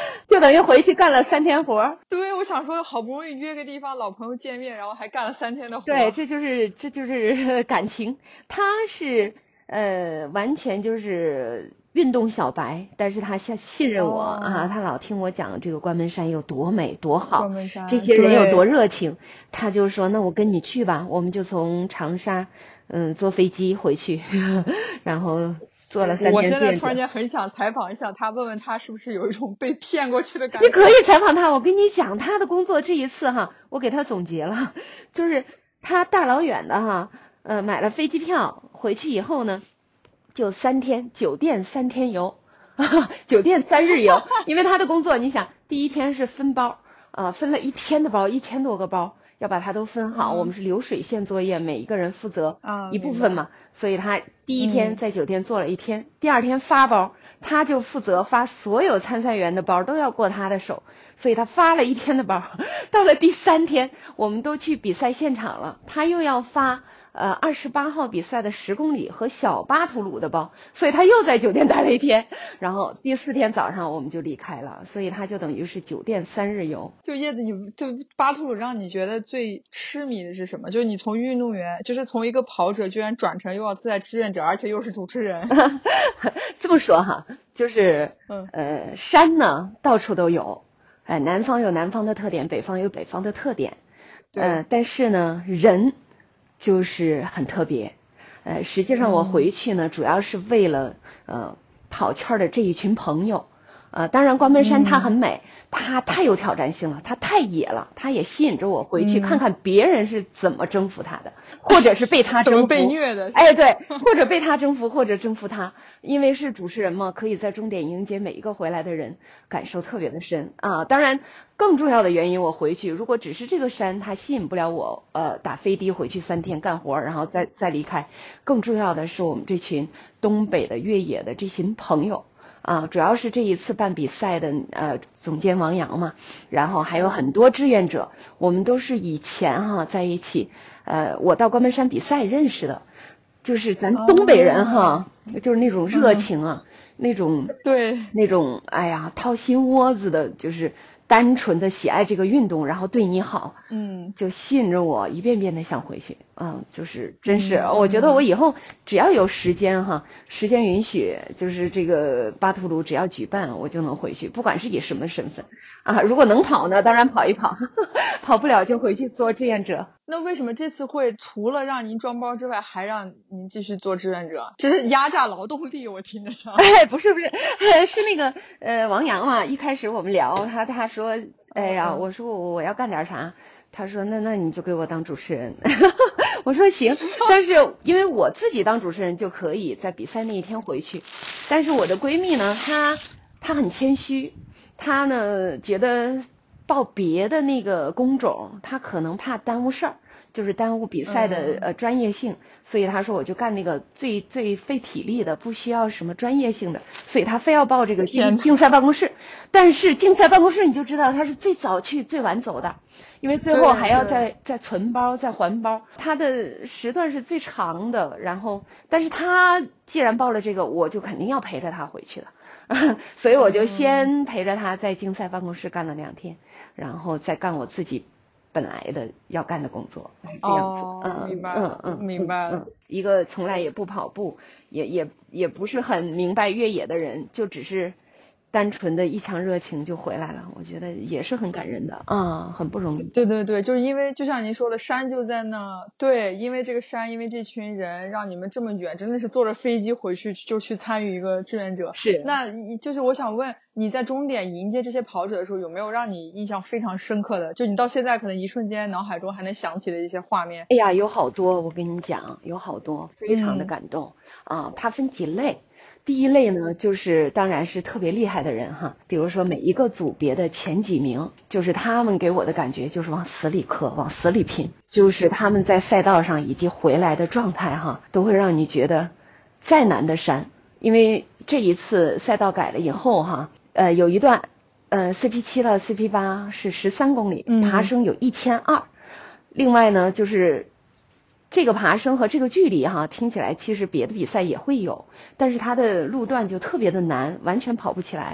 E: 等于回去干了3天活。
A: 对，我想说好不容易约个地方老朋友见面，然后还干了3天的活。
E: 对，这就是感情。他是完全就是运动小白，但是他信任我啊，他老听我讲这个关门山有多美多好，
A: 关门山
E: 这些人有多热情，他就说那我跟你去吧，我们就从长沙坐飞机回去，然后做了3天。
A: 我现在突然间很想采访一下他，问问他是不是有一种被骗过去的感觉。
E: 你可以采访他，我跟你讲他的工作这一次哈，我给他总结了，就是他大老远的哈，买了飞机票回去以后呢，就3天酒店3天游，酒店3日游。因为他的工作，你想第一天是分包，分了1天的包，1000多个包，要把它都分好。我们是流水线作业，每一个人负责一部分嘛，所以他第一天在酒店做了1天，第2天发包，他就负责发所有参赛员的包都要过他的手，所以他发了1天的包。到了第3天，我们都去比赛现场了，他又要发28号比赛的10公里和小巴图鲁的包，所以他又在酒店待了1天，然后第4天早上我们就离开了，所以他就等于是酒店3日游。
A: 就叶子，你就巴图鲁让你觉得最痴迷的是什么？就是你从运动员，就是从一个跑者居然转成又要自带志愿者，而且又是主持人。
E: 这么说哈，就是山呢到处都有，南方有南方的特点，北方有北方的特点，但是呢人就是很特别。实际上我回去呢，主要是为了跑圈的这一群朋友。当然关门山它很美，它太有挑战性了，它太野了，它也吸引着我回去看看别人是怎么征服它的，或者是被它征服，
A: 怎么被虐的。
E: 哎，对，或者被它征服，或者征服它。因为是主持人嘛，可以在终点迎接每一个回来的人，感受特别的深啊。当然更重要的原因，我回去如果只是这个山它吸引不了我，打飞的回去3天干活，然后再离开。更重要的是我们这群东北的越野的这群朋友主要是这一次办比赛的总监王阳嘛，然后还有很多志愿者，我们都是以前在一起，我到关门山比赛认识的，就是咱东北人就是那种热情那种
A: 对
E: 那种哎呀掏心窝子的，就是单纯的喜爱这个运动，然后对你好，就吸引着我一遍遍的想回去就是真是我觉得我以后只要有时间时间允许，就是这个巴图鲁只要举办我就能回去，不管是以什么身份如果能跑呢当然跑一跑跑不了就回去做志愿者。
A: 那为什么这次会除了让您装包之外还让您继续做志愿者？这是压榨劳动力，我听着像。
E: 不是是那个王阳嘛，一开始我们聊他说哎呀我说我要干点啥，他说那你就给我当主持人我说行，但是因为我自己当主持人就可以在比赛那一天回去，但是我的闺蜜呢她很谦虚，她呢觉得报别的那个工种她可能怕耽误事儿，就是耽误比赛的专业性，所以她说我就干那个最费体力的，不需要什么专业性的，所以她非要报这个竞赛办公室。但是竞赛办公室你就知道她是最早去最晚走的，因为最后还要再存包再还包，她的时段是最长的，然后但是她既然报了这个，我就肯定要陪着她回去的所以我就先陪着她在竞赛办公室干了2天，然后再干我自己本来的要干的工作，是这样子。
A: 明白了，明白了。
E: 一个从来也不跑步，也不是很明白越野的人，就只是单纯的一腔热情就回来了，我觉得也是很感人的很不容易。
A: 对，就是因为就像您说的，山就在那，对，因为这个山，因为这群人让你们这么远，真的是坐着飞机回去就去参与一个志愿者。
E: 是，
A: 那就是我想问你在终点迎接这些跑者的时候，有没有让你印象非常深刻的，就你到现在可能一瞬间脑海中还能想起的一些画面？
E: 哎呀，有好多，我跟你讲，有好多，非常的感动它分几类。第一类呢，就是当然是特别厉害的人比如说每一个组别的前几名，就是他们给我的感觉就是往死里磕，往死里拼，就是他们在赛道上以及回来的状态都会让你觉得再难的山，因为这一次赛道改了以后有一段CP7 到 CP8 是13公里，爬升有1200另外呢就是这个爬升和这个距离听起来其实别的比赛也会有，但是它的路段就特别的难，完全跑不起来。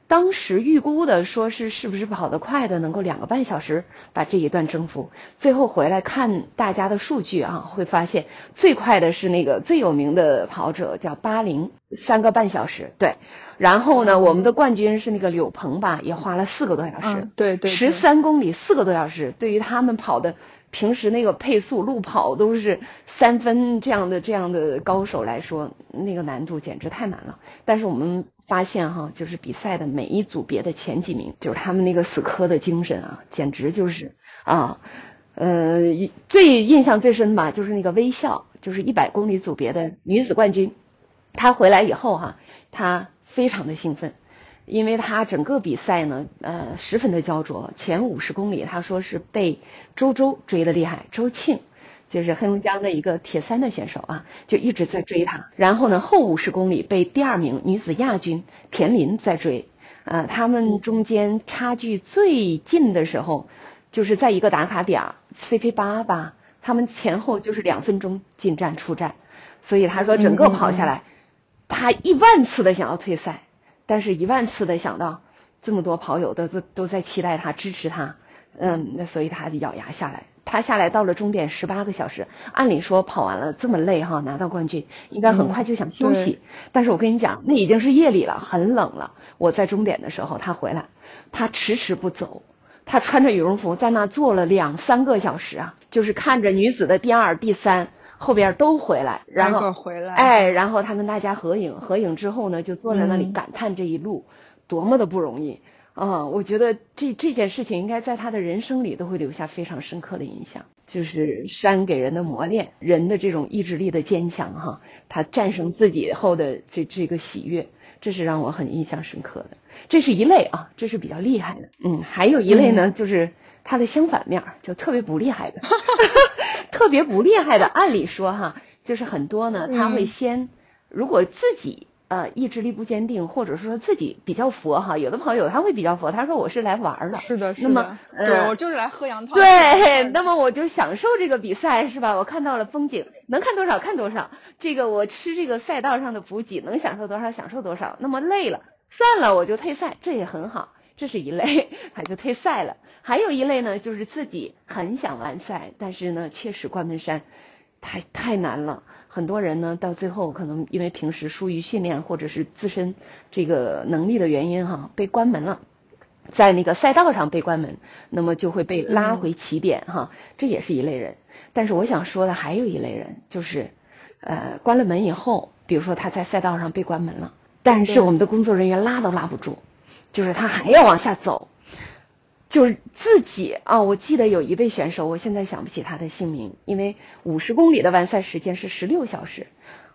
E: 当时预估的说是不是跑得快的能够2个半小时把这一段征服，最后回来看大家的数据啊，会发现最快的是那个最有名的跑者叫80，3个半小时，对。然后呢，我们的冠军是那个柳鹏吧，也花了4个多小时，
A: 对
E: ，13公里4个多小时，对于他们跑的平时那个配速路跑都是3分这样的高手来说，那个难度简直太难了。但是我们发现哈，就是比赛的每一组别的前几名，就是他们那个死磕的精神啊，简直就是啊，最印象最深吧，就是那个微笑，就是100公里组别的女子冠军，她回来以后哈，她非常的兴奋。因为他整个比赛呢，十分的焦灼。前50公里，他说是被周追得厉害，周庆就是黑龙江的一个铁三的选手啊，就一直在追他。然后呢，后50公里被第2名女子亚军田林在追，他们中间差距最近的时候，就是在一个打卡点 CP8 吧，他们前后就是2分钟进站出站，所以他说整个跑下来，他10000次的想要退赛。但是10000次的想到这么多跑友都在期待他支持他，那所以他就咬牙下来。他下来到了终点18个小时，按理说跑完了这么累哈，拿到冠军应该很快就想休息，但是我跟你讲，那已经是夜里了，很冷了。我在终点的时候他回来，他迟迟不走，他穿着羽绒服在那坐了2-3个小时啊，就是看着女子的第2、第3后边都回来，然后然后他跟大家合影之后呢，就坐在那里感叹这一路多么的不容易我觉得这件事情应该在他的人生里都会留下非常深刻的印象，就是山给人的磨练，人的这种意志力的坚强哈，他战胜自己后的这个喜悦，这是让我很印象深刻的。这是一类啊，这是比较厉害的。还有一类呢，就是他的相反面，就特别不厉害的。特别不厉害的，按理说哈，就是很多呢，他会先，如果自己意志力不坚定，或者说自己比较佛哈，有的朋友他会比较佛，他说我是来玩的，
A: 是的，
E: 那么
A: 对我就是来喝杨桃，
E: 对，那么我就享受这个比赛是吧？我看到了风景，能看多少看多少，这个我吃这个赛道上的补给，能享受多少享受多少。那么累了，算了，我就退赛，这也很好。这是一类，他就退赛了。还有一类呢，就是自己很想完赛，但是呢，确实关门山太难了。很多人呢，到最后可能因为平时疏于训练，或者是自身这个能力的原因哈，被关门了，在那个赛道上被关门，那么就会被拉回起点哈，这也是一类人。但是我想说的还有一类人，就是关了门以后，比如说他在赛道上被关门了，但是我们的工作人员拉都拉不住。就是他还要往下走，就是自己我记得有一位选手，我现在想不起他的姓名，因为50公里的完赛时间是16小时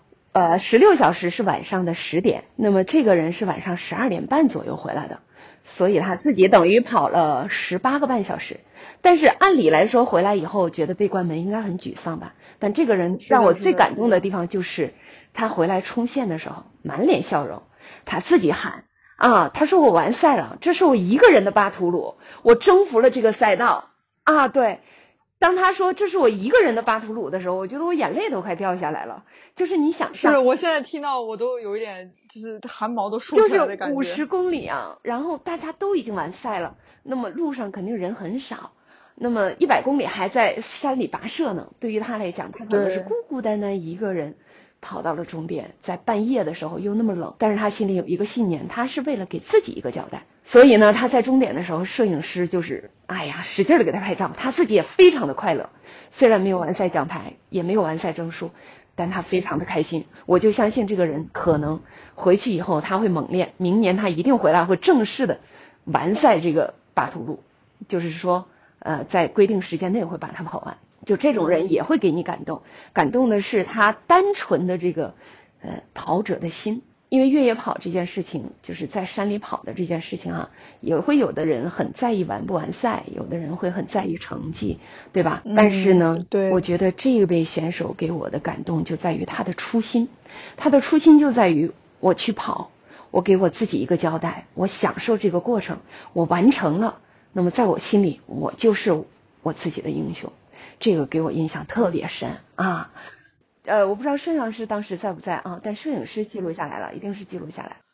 E: ，16小时是晚上的10点，那么这个人是晚上12点半左右回来的，所以他自己等于跑了18个半小时。但是按理来说回来以后觉得被关门应该很沮丧吧，但这个人让我最感动的地方就是他回来冲线的时候满脸笑容，他自己喊他说我完赛了，这是我一个人的巴图鲁，我征服了这个赛道对，当他说这是我一个人的巴图鲁的时候，我觉得我眼泪都快掉下来了。就是你想象，
A: 是我现在听到我都有一点就是汗毛都竖起来的感觉。
E: 就是50公里然后大家都已经完赛了，那么路上肯定人很少，那么100公里还在山里跋涉呢，对于他来讲，他可能是孤孤单单一个人跑到了终点，在半夜的时候又那么冷，但是他心里有一个信念，他是为了给自己一个交代，所以呢，他在终点的时候，摄影师就是使劲的给他拍照，他自己也非常的快乐，虽然没有完赛奖牌，也没有完赛证书，但他非常的开心。我就相信这个人可能回去以后他会猛练，明年他一定回来会正式的完赛这个巴图鲁，就是说在规定时间内会把它跑完。就这种人也会给你感动，感动的是他单纯的这个跑者的心。因为越野跑这件事情，就是在山里跑的这件事情也会有的人很在意完不完赛，有的人会很在意成绩，对吧？但是呢，
A: 对，
E: 我觉得这位选手给我的感动就在于他的初心，他的初心就在于我去跑，我给我自己一个交代，我享受这个过程，我完成了，那么在我心里我就是我自己的英雄。这个给我印象特别深我不知道摄像师当时在不在但摄影师记录下来了，一定是记录下来。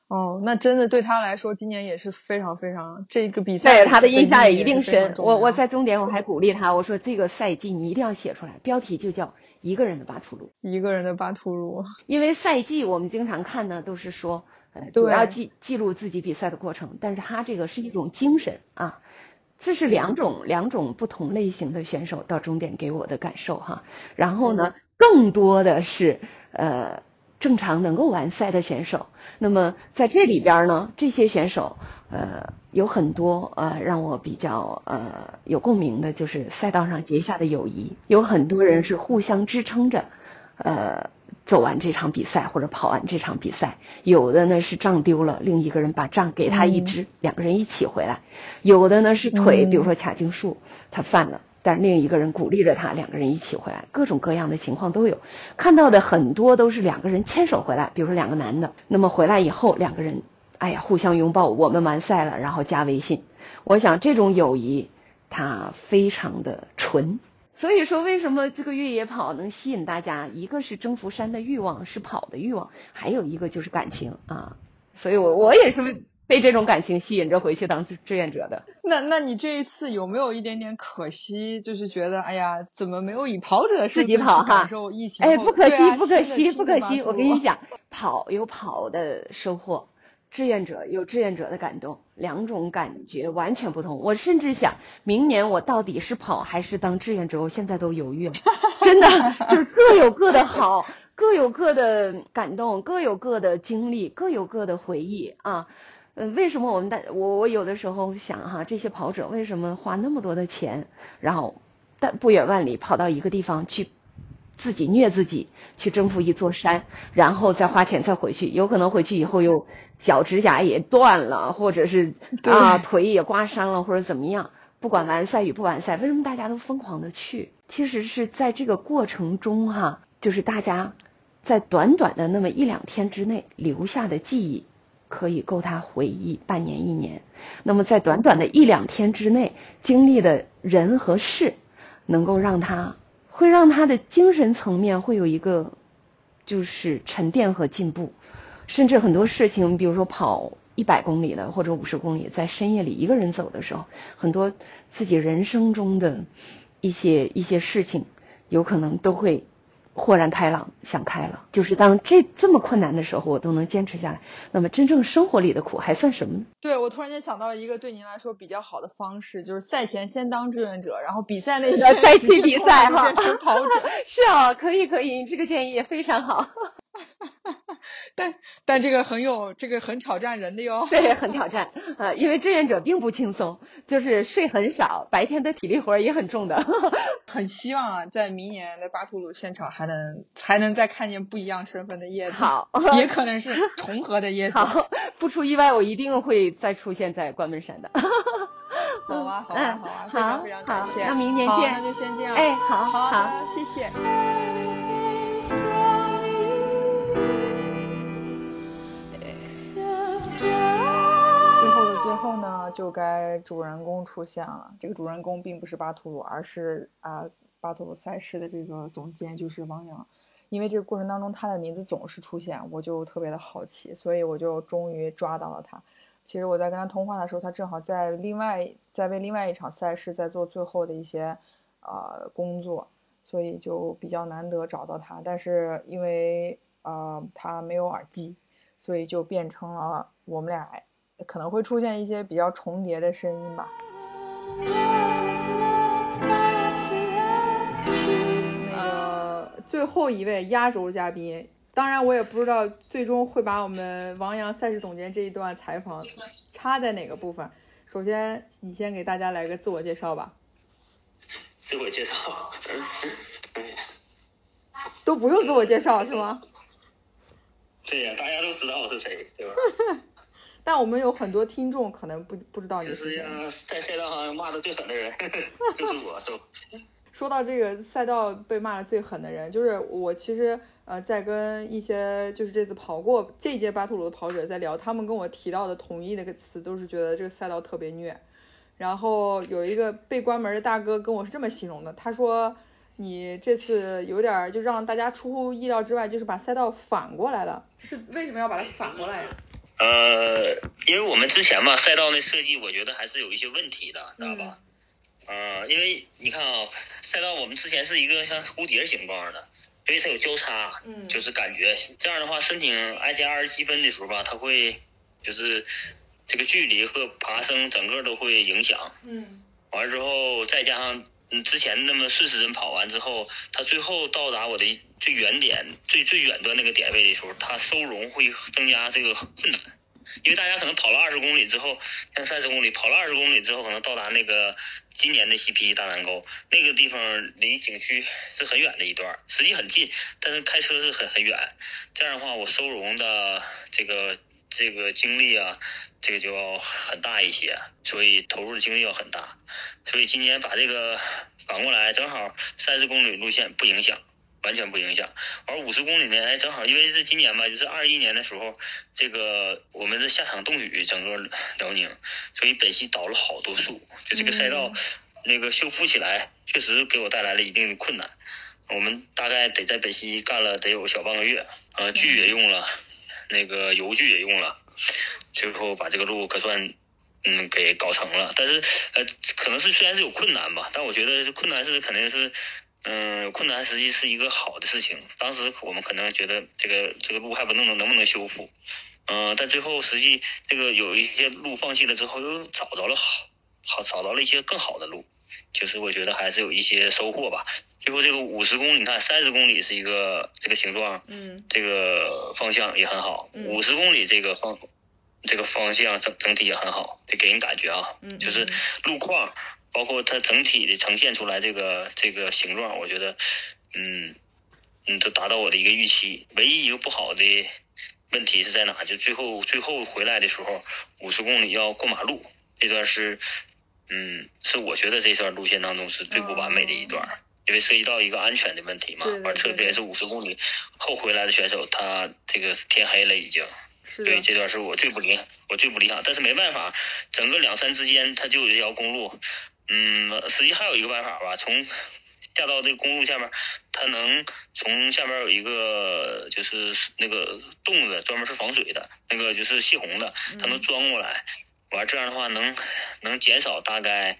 A: 哦，那真的对他来说，今年也是非常非常这个比赛，
E: 对他的印象也一定深。我在
A: 终
E: 终点我还鼓励他，我说这个赛季你一定要写出来，标题就叫一个人的巴图鲁，
A: 一个人的巴图鲁。
E: 因为赛季我们经常看呢，都是说主要记录自己比赛的过程，但是他这个是一种精神啊。这是两种不同类型的选手到终点给我的感受哈。然后呢，更多的是正常能够完赛的选手。那么在这里边呢，这些选手有很多让我比较有共鸣的，就是赛道上结下的友谊。有很多人是互相支撑着走完这场比赛或者跑完这场比赛，有的呢是杖丢了，另一个人把杖给他一支，两个人一起回来；有的呢是腿，比如说卡茎树他犯了，但是另一个人鼓励着他，两个人一起回来，各种各样的情况都有。看到的很多都是两个人牵手回来，比如说两个男的，那么回来以后两个人互相拥抱，我们完赛了，然后加微信。我想这种友谊它非常的纯。所以说为什么这个越野跑能吸引大家，一个是征服山的欲望，是跑的欲望，还有一个就是感情啊。所以我也是被这种感情吸引着回去当志愿者的。
A: 那你这一次有没有一点点可惜，就是觉得怎么没有以跑者的身份去感受疫情后？
E: 不可惜，我跟你讲，跑有跑的收获，志愿者有志愿者的感动，两种感觉完全不同。我甚至想明年我到底是跑还是当志愿者，我现在都犹豫了。真的就是各有各的好，各有各的感动，各有各的经历，各有各的回忆啊。为什么我有的时候想这些跑者为什么花那么多的钱，然后不远万里跑到一个地方去自己虐自己，去征服一座山，然后再花钱再回去，有可能回去以后又脚指甲也断了，或者是腿也刮伤了，或者怎么样，不管完赛与不完赛，为什么大家都疯狂的去？其实是在这个过程中就是大家在短短的那么1-2天之内留下的记忆可以够他回忆半年1年，那么在短短的1-2天之内经历的人和事，能够让他的精神层面会有一个就是沉淀和进步。甚至很多事情，比如说跑100公里的或者50公里，在深夜里一个人走的时候，很多自己人生中的一些事情有可能都会豁然开朗，想开了。就是当这么困难的时候我都能坚持下来，那么真正生活里的苦还算什么呢？
A: 对，我突然间想到了一个对您来说比较好的方式，就是赛前先当志愿者，然后比赛那天
E: 再去比赛
A: 变成跑者。
E: 是可以，你这个建议也非常好。
A: 但这个很挑战人的哟。
E: 对，很挑战因为志愿者并不轻松，就是睡很少，白天的体力活也很重的。
A: 很希望在明年的巴图鲁现场还能再看见不一样身份的叶子。
E: 好，
A: 也可能是重合的叶子。
E: 好，不出意外我一定会再出现在关门山的。
A: 好啊，非常非常感谢。
E: 那明年见。
A: 那就先这样。
E: 好，
A: 谢谢。
F: 最后呢，就该主人公出现了。这个主人公并不是巴图鲁，而是巴图鲁赛事的这个总监，就是王阳。因为这个过程当中他的名字总是出现，我就特别的好奇，所以我就终于抓到了他。其实我在跟他通话的时候，他正好在为另外一场赛事在做最后的一些工作，所以就比较难得找到他。但是因为他没有耳机，所以就变成了我们俩可能会出现一些比较重叠的声音吧。最后一位压轴嘉宾，当然我也不知道最终会把我们王阳赛事总监这一段采访插在哪个部分。首先你先给大家来个自我介绍吧。
G: 自我介绍
F: 都不用自我介绍是吗？
G: 对呀，大家都知道我是谁，对吧？
F: 但我们有很多听众可能不知道你是谁。
G: 在赛道上骂的最狠的人就是我。
F: 说到这个赛道被骂的最狠的人，就是我其实在跟一些就是这次跑过这一届巴图鲁的跑者在聊，他们跟我提到的统一的一个词都是觉得这个赛道特别虐。然后有一个被关门的大哥跟我是这么形容的，他说你这次有点就让大家出乎意料之外，就是把赛道反过来了。是为什么要把它反过来呀？
G: 因为我们之前嘛赛道的设计，我觉得还是有一些问题的，知道吧？因为你看啊，赛道我们之前是一个像蝴蝶形状的，所以它有交叉，就是感觉这样的话，申请 ITR 积分的时候吧，它会就是这个距离和爬升整个都会影响，完了之后再加上之前那么顺时针跑完之后，它最后到达我的最远点最远端那个点位的时候，它收容会增加这个困难。因为大家可能跑了20公里之后，像30公里跑了20公里之后，可能到达那个今年的 CP 大南沟那个地方，离景区是很远的一段，实际很近，但是开车是很远。这样的话，我收容的这个精力啊，这个就要很大一些，所以投入的精力要很大。所以今年把这个反过来，正好30公里路线不影响。完全不影响，而50公里呢，正好因为是今年吧，就是21年的时候，这个我们是下场冻雨，整个辽宁，所以本溪倒了好多树，就这个赛道那个修复起来，确实给我带来了一定的困难。我们大概得在本溪干了得有小半个月，锯也用了，那个油锯也用了，最后把这个路可算给搞成了。但是可能是虽然是有困难吧，但我觉得困难是肯定是。困难实际是一个好的事情。当时我们可能觉得这个路还能不能修复，但最后实际这个有一些路放弃了之后，又找到了一些更好的路，就是我觉得还是有一些收获吧。最后这个50公里，你看30公里是一个这个形状，这个方向也很好，50公里这个方向整体也很好，这给人感觉啊，就是路况。包括它整体的呈现出来这个形状，我觉得，都达到我的一个预期。唯一一个不好的问题是在哪？就最后回来的时候，50公里要过马路，这段是我觉得这段路线当中是最不完美的一段，因为涉及到一个安全的问题嘛。而特别是50公里后回来的选手，他这个天黑了已经。对，这段是我最不理想，但是没办法，整个2山之间它就有一条公路。实际还有一个办法吧，从下到这个公路下面，它能从下面有一个就是那个洞子，专门是防水的，那个就是泄洪的，它能钻过来。完这样的话能减少大概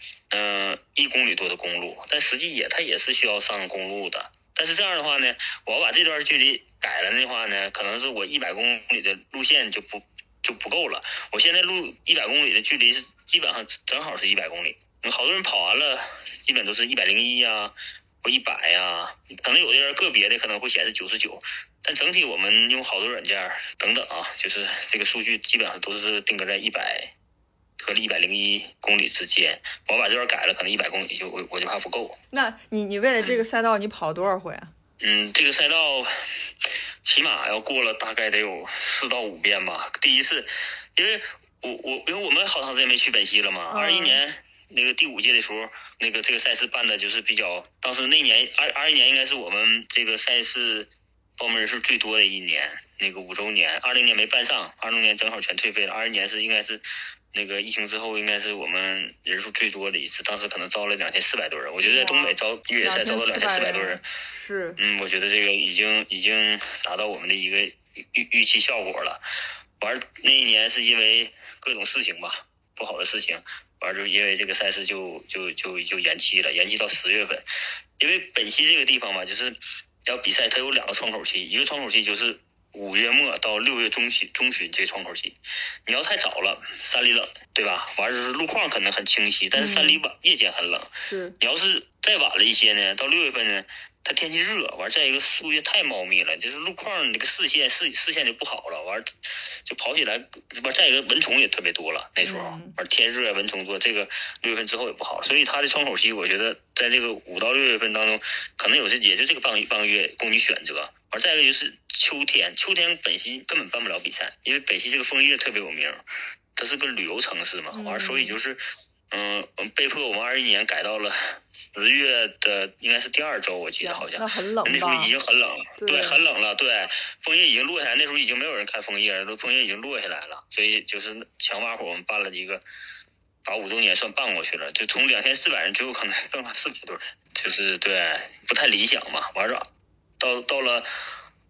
G: 1公里多的公路，但实际它也是需要上公路的。但是这样的话呢，我要把这段距离改了的话呢，可能是我100公里的路线就不够了。我现在路100公里的距离是基本上正好是100公里。好多人跑完了，基本都是101啊，或100呀，可能有的人个别的可能会显示99，但整体我们用好多软件等等啊，就是这个数据基本上都是定格在100和101公里之间。我把这段改了，可能100公里我就怕不够。
F: 那你为了这个赛道你跑了多少回啊？
G: 这个赛道起码要过了大概得有4到5遍吧。第一次，因为我们好长时间没去本溪了嘛，21年。那个第5届的时候，这个赛事办的就是比较，当时那年21年应该是我们这个赛事报名人数最多的一年，那个5周年，20年没办上，20年正好全退费了，22年应该是那个疫情之后应该是我们人数最多的一次，当时可能招了2400多人，我觉得在东北招越野赛招到2400多人，
F: 是，
G: 我觉得这个已经达到我们的一个预期效果了。完那一年是因为各种事情吧，不好的事情。完就因为这个赛事就延期了，延期到10月份。因为本溪这个地方嘛，就是要比赛，它有2个窗口期，一个窗口期就是5月末到6月中旬这个窗口期。你要太早了，山里冷，对吧？完就是路况可能很清晰，但是山里晚，夜间很冷。
F: 是。
G: 你要是再晚了一些呢，到6月份呢，它天气热，完再一个树叶太茂密了，就是路况那个视线就不好了，完就跑起来，完再一个蚊虫也特别多了，那时候完天热蚊虫多，这个6月份之后也不好，所以它的窗口期我觉得在这个5到6月份当中，可能也就这个半个月供你选择。完再一个就是秋天本溪根本办不了比赛，因为本溪这个枫叶特别有名，它是个旅游城市嘛，完所以就是被迫我们21年改到了10月的应该是第2周，我记得好像
F: 那很冷吧，
G: 那时候已经很冷了，对，很冷了，对，枫叶已经落下来，那时候已经没有人看枫叶了，枫叶已经落下来了，所以就是强发火我们办了一个把5周年算办过去了，就从2400人最后可能剩下400多人，就是对不太理想嘛。完了到了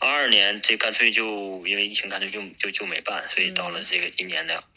G: 22年这干脆就因为疫情干脆就没办，所以到了这个今年的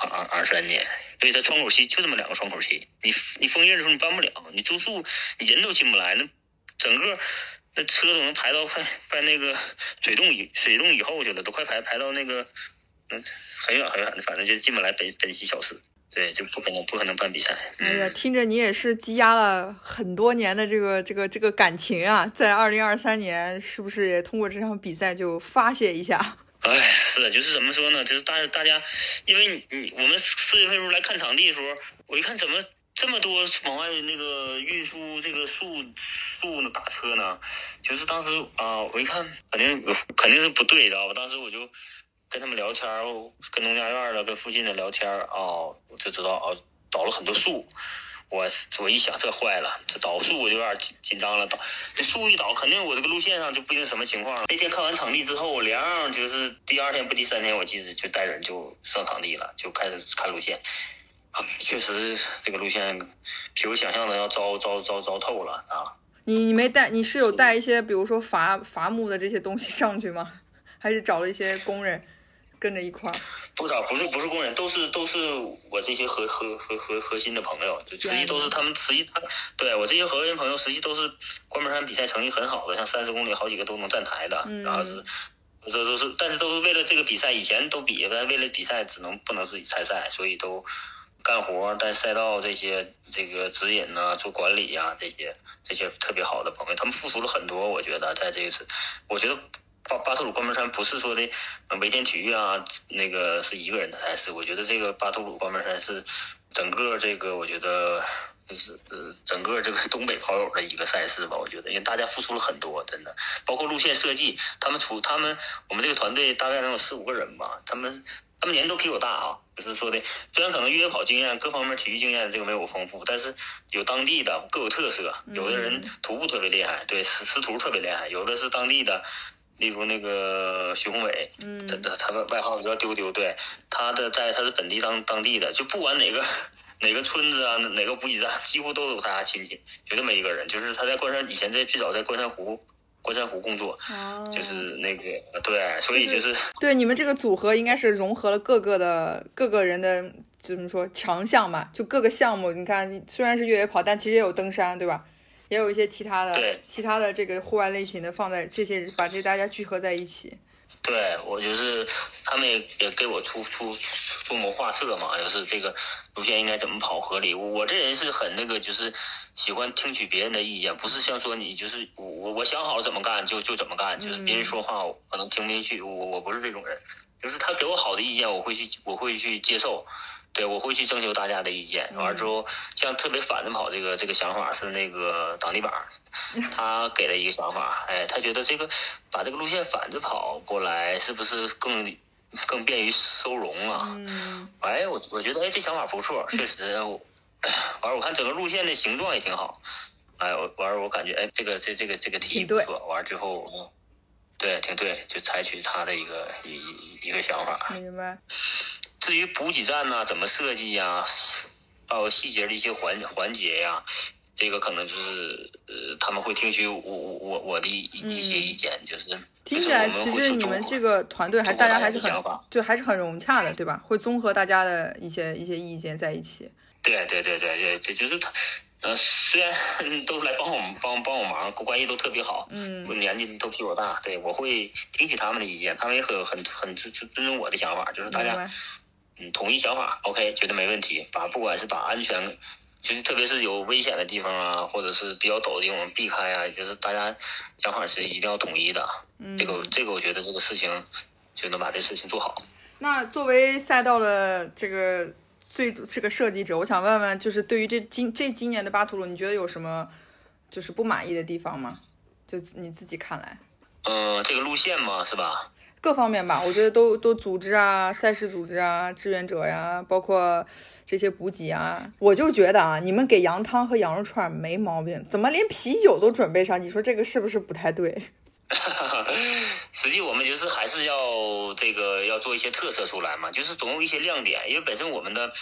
G: 23年，所以它窗口期就这么2个窗口期。你封印的时候你办不了，你住宿你人都进不来，那整个那车都能排到快那个水洞以后去了，都快排到那个很远的，反正就进不来本溪小市。对，就不可能办比赛。
F: 哎呀，听着你也是积压了很多年的这个感情啊，在2023年是不是也通过这场比赛就发泄一下？
G: 哎，是的，就是怎么说呢？就是大家，因为我们4月份时候来看场地的时候，我一看怎么这么多往外那个运输这个树呢打车呢？就是当时我一看肯定是不对的，我当时我就跟他们聊天，跟农家院的跟附近的聊天我就知道倒了很多树。我一想这坏了，这倒树我就有点紧张了。这树一倒，肯定我这个路线上就不一定什么情况了。那天看完场地之后，就是第2天不第3天，我记得就带人就上场地了，就开始看路线。确实这个路线比我想象的要糟透了啊！
F: 你没带，你是有带一些比如说伐木的这些东西上去吗？还是找了一些工人跟着一块儿？
G: 不是工人，都是我这些核心的朋友，实际都是他们对我这些核心朋友，实际都是关门山比赛成绩很好的，像30公里好几个都能站台的，然后但是都是为了这个比赛，以前都比，但为了比赛不能自己参赛，所以都干活，但赛道这个指引啊，做管理啊，这些特别好的朋友，他们付出了很多，我觉得在这一次，我觉得。巴特鲁关门山不是说的维典体育啊，那个是一个人的赛事。我觉得这个巴特鲁关门山是整个这个，我觉得就是整个这个东北跑友的一个赛事吧。我觉得，因为大家付出了很多，真的，包括路线设计，我们这个团队大概能有4-5个人吧，他们年龄都比我大啊。就是说的，虽然可能越野跑经验各方面体育经验这个没有我丰富，但是有当地的各有特色。有的人徒步特别厉害，对，识图特别厉害，有的是当地的。例如那个徐宏伟，他外号叫丢丢，对，他是本地当地的，就不管哪个村子啊，哪个补给站，几乎都有他家亲戚，就这么一个人，就是他在以前最早在关山湖工作，就是那个对，所以就是
F: 对你们这个组合应该是融合了各个人的怎么说强项吧，就各个项目，你看虽然是越野跑，但其实也有登山，对吧？也有一些其他的这个户外类型的放在把这些大家聚合在一起。
G: 对，我就是他们也给我出谋划策嘛，就是这个路线应该怎么跑合理。我这人是很那个，就是喜欢听取别人的意见，不是像说你就是我想好怎么干就怎么干，就是别人说话我可能听不进去，我不是这种人，就是他给我好的意见我会去接受。对，我会去征求大家的意见。完了之后，像特别反着跑这个想法是那个党地板，他给了一个想法，他觉得把这个路线反着跑过来，是不是更便于收容啊？我觉得这想法不错，确实。完了，我看整个路线的形状也挺好。我感觉这个提议不错。完了之后，对，挺对，就采取他的一个想法。
F: 明白。
G: 至于补给站呢，怎么设计呀，还有细节的一些环节呀，这个可能就是他们会听取我的一些意见，就是
F: 听起来其实你们这个团队大家还是很融洽的，对吧？会综合大家的一些意见在一起。
G: 对，就是他。虽然都来帮我忙，关系都特别好，年纪都比我大，对，我会听取他们的意见，他们也很尊重我的想法，就是大家统一想法 ，OK， 觉得没问题，不管是把安全，就是特别是有危险的地方啊，或者是比较陡的地方避开啊，就是大家想法是一定要统一的，这个我觉得这个事情就能把这事情做好。
F: 那作为赛道的这个设计者，我想问问，就是对于今年的巴图鲁，你觉得有什么就是不满意的地方吗？就你自己看来。
G: 这个路线嘛，是吧？
F: 各方面吧，我觉得都组织啊，赛事组织啊，志愿者呀，包括这些补给啊，我就觉得啊，你们给羊汤和羊肉串没毛病，怎么连啤酒都准备上？你说这个是不是不太对？
G: 实际我们就是还是要做一些特色出来嘛，就是总有一些亮点，因为本身我们的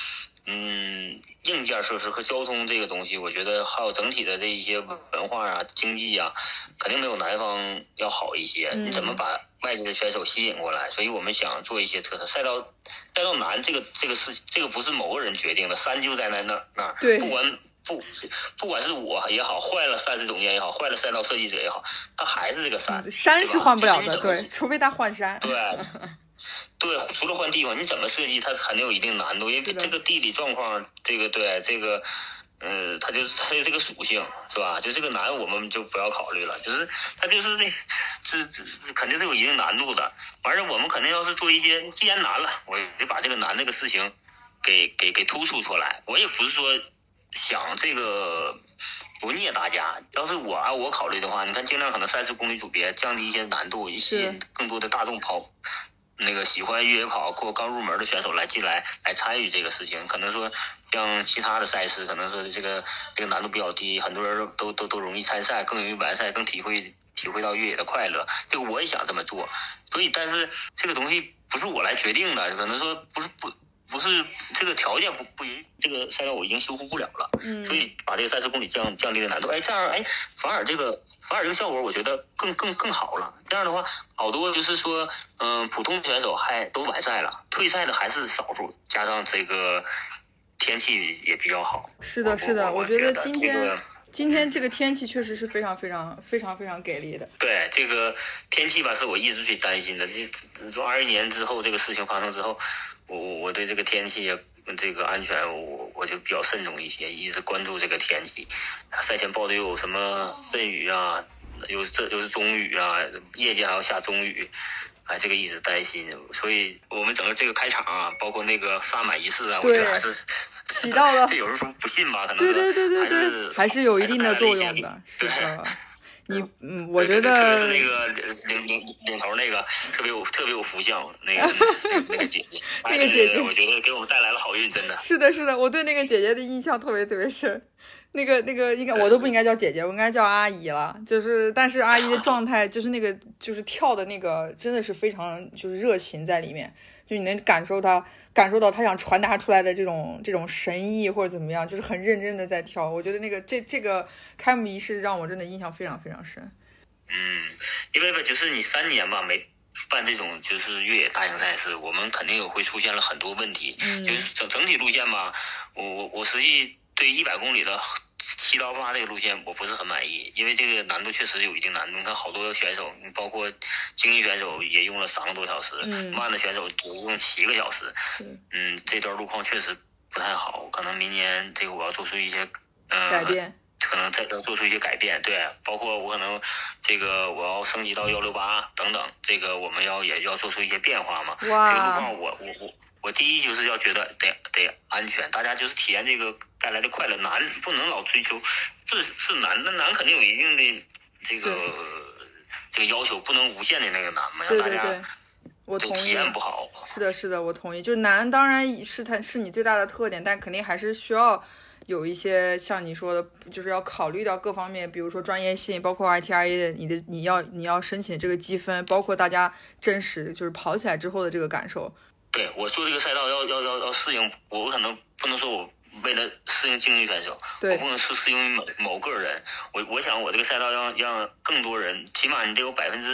G: 硬件设施和交通这个东西，我觉得还有整体的这一些文化啊、经济啊，肯定没有南方要好一些。你怎么把外地的选手吸引过来？所以我们想做一些特色赛道难，这个事，这个不是某个人决定的，山就在那儿。
A: 对，
G: 不管是我也好，坏了赛事总监也好，坏了赛道设计者也好，他还是这个山。
A: 山是换不了的，对，除非他换山。
G: 对，除了换地方，你怎么设计它肯定有一定难度，因为这个地理状况，这个它有这个属性，是吧？就这个难我们就不要考虑了，就是它就是这肯定是有一定难度的。完事我们肯定要是做一些，既然难了，我得把这个难这个事情给突出出来。我也不是说想这个不虐大家，要是我考虑的话，你看尽量可能赛事公里组别降低一些难度，吸引更多的大众那个喜欢越野跑或刚入门的选手来参与这个事情。可能说像其他的赛事，可能说这个难度比较低，很多人都容易参赛，更容易完赛，更体会到越野的快乐。这个我也想这么做，所以但是这个东西不是我来决定的，可能说不是这个条件不允，这个赛道我已经修复不了了，所以把这个30公里降低了难度，这样反而这个效果我觉得更好了。这样的话，好多就是说普通选手还都完赛了，退赛的还是少数，加上这个天气也比较好。
A: 是的，我觉得今天这个天气确实是非常非常非常非常给力的。
G: 对，这个天气吧，是我一直最担心的。从21年之后这个事情发生之后，我对这个天气这个安全我就比较慎重一些，一直关注这个天气。赛前报的又有什么阵雨啊，又是中雨啊，夜间还要下中雨，这个一直担心。所以我们整个这个开场啊，包括那个萨满仪式啊，我觉得还是
A: 起到了。
G: 这有人说不信吧，可能
A: 对，还是有一定的作用的。是的。我觉得
G: 特别是那个领头那个特别有福相那个姐姐，
A: 那个姐姐
G: 我觉得给我们带来了好运，真的。
A: 是的，我对那个姐姐的印象特别深。那个应该我都不应该叫姐姐，我应该叫阿姨了。但是阿姨的状态就是跳的那个真的是非常就是热情在里面，就你能感受到她想传达出来的这种神意或者怎么样，就是很认真的在跳。我觉得那个这个开幕仪式让我真的印象非常非常深。
G: 因为吧，就是你3年吧没办这种就是越野大型赛事，我们肯定会出现了很多问题。就是整体路线吧，我实际对100公里的7到8这个路线我不是很满意，因为这个难度确实有一定难度。你看好多选手，包括精英选手也用了3个多小时，慢的选手只用7个小时。这段路况确实不太好，可能明年这个我要做出一些
A: 改变。
G: 可能再要做出一些改变，对，包括我可能这个我要升级到168等等，这个我们也要做出一些变化嘛。这个路况我第一就是要觉得得安全，大家就是体验这个带来的快乐。难不能老追求，这是难，那难肯定有一定的这个要求，不能无限的那个难嘛，让大家
A: 我同意，
G: 体验不好。
A: 是的，我同意。就是难当然是你最大的特点，但肯定还是需要有一些像你说的，就是要考虑到各方面，比如说专业性，包括 ITRA 的你要申请这个积分，包括大家真实就是跑起来之后的这个感受。
G: 对，我做这个赛道要适应，我可能不能说我为了适应精英选手，我不能是适应某个人。我想我这个赛道让更多人，起码你得有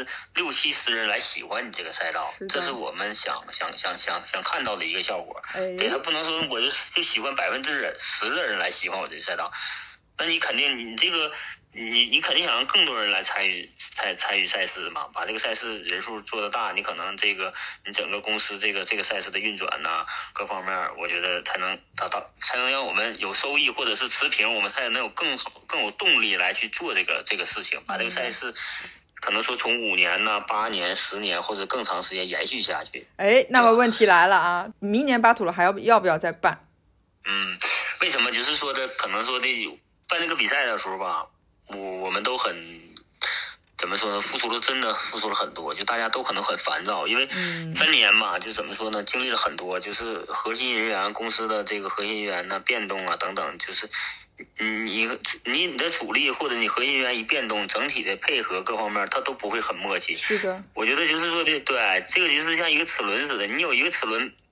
G: 60-70%人来喜欢你这个赛道，这是我们想看到的一个效果。对，他不能说我就喜欢10%的人来喜欢我这个赛道，那你肯定你这个。你肯定想让更多人来参与赛事嘛，把这个赛事人数做得大，你可能这个你整个公司这个赛事的运转呐，各方面我觉得才能让我们有收益，或者是持平，我们才能有更有动力来去做这个事情，把这个赛事可能说从5年呐、8年、10年或者更长时间延续下去。
A: 那么问题来了啊，明年巴图勒还要不要再办？
G: 为什么？就是说的可能说的办这个比赛的时候吧。我们都很怎么说呢？真的付出了很多，就大家都可能很烦躁，因为3年嘛，就怎么说呢？经历了很多，就是核心人员公司的这个核心人员呢变动啊等等，就是你的主力或者你核心人员一变动，整体的配合各方面它都不会很默契。
A: 是的，
G: 我觉得就是说的对，这个就是像一个齿轮似的，你有一个齿轮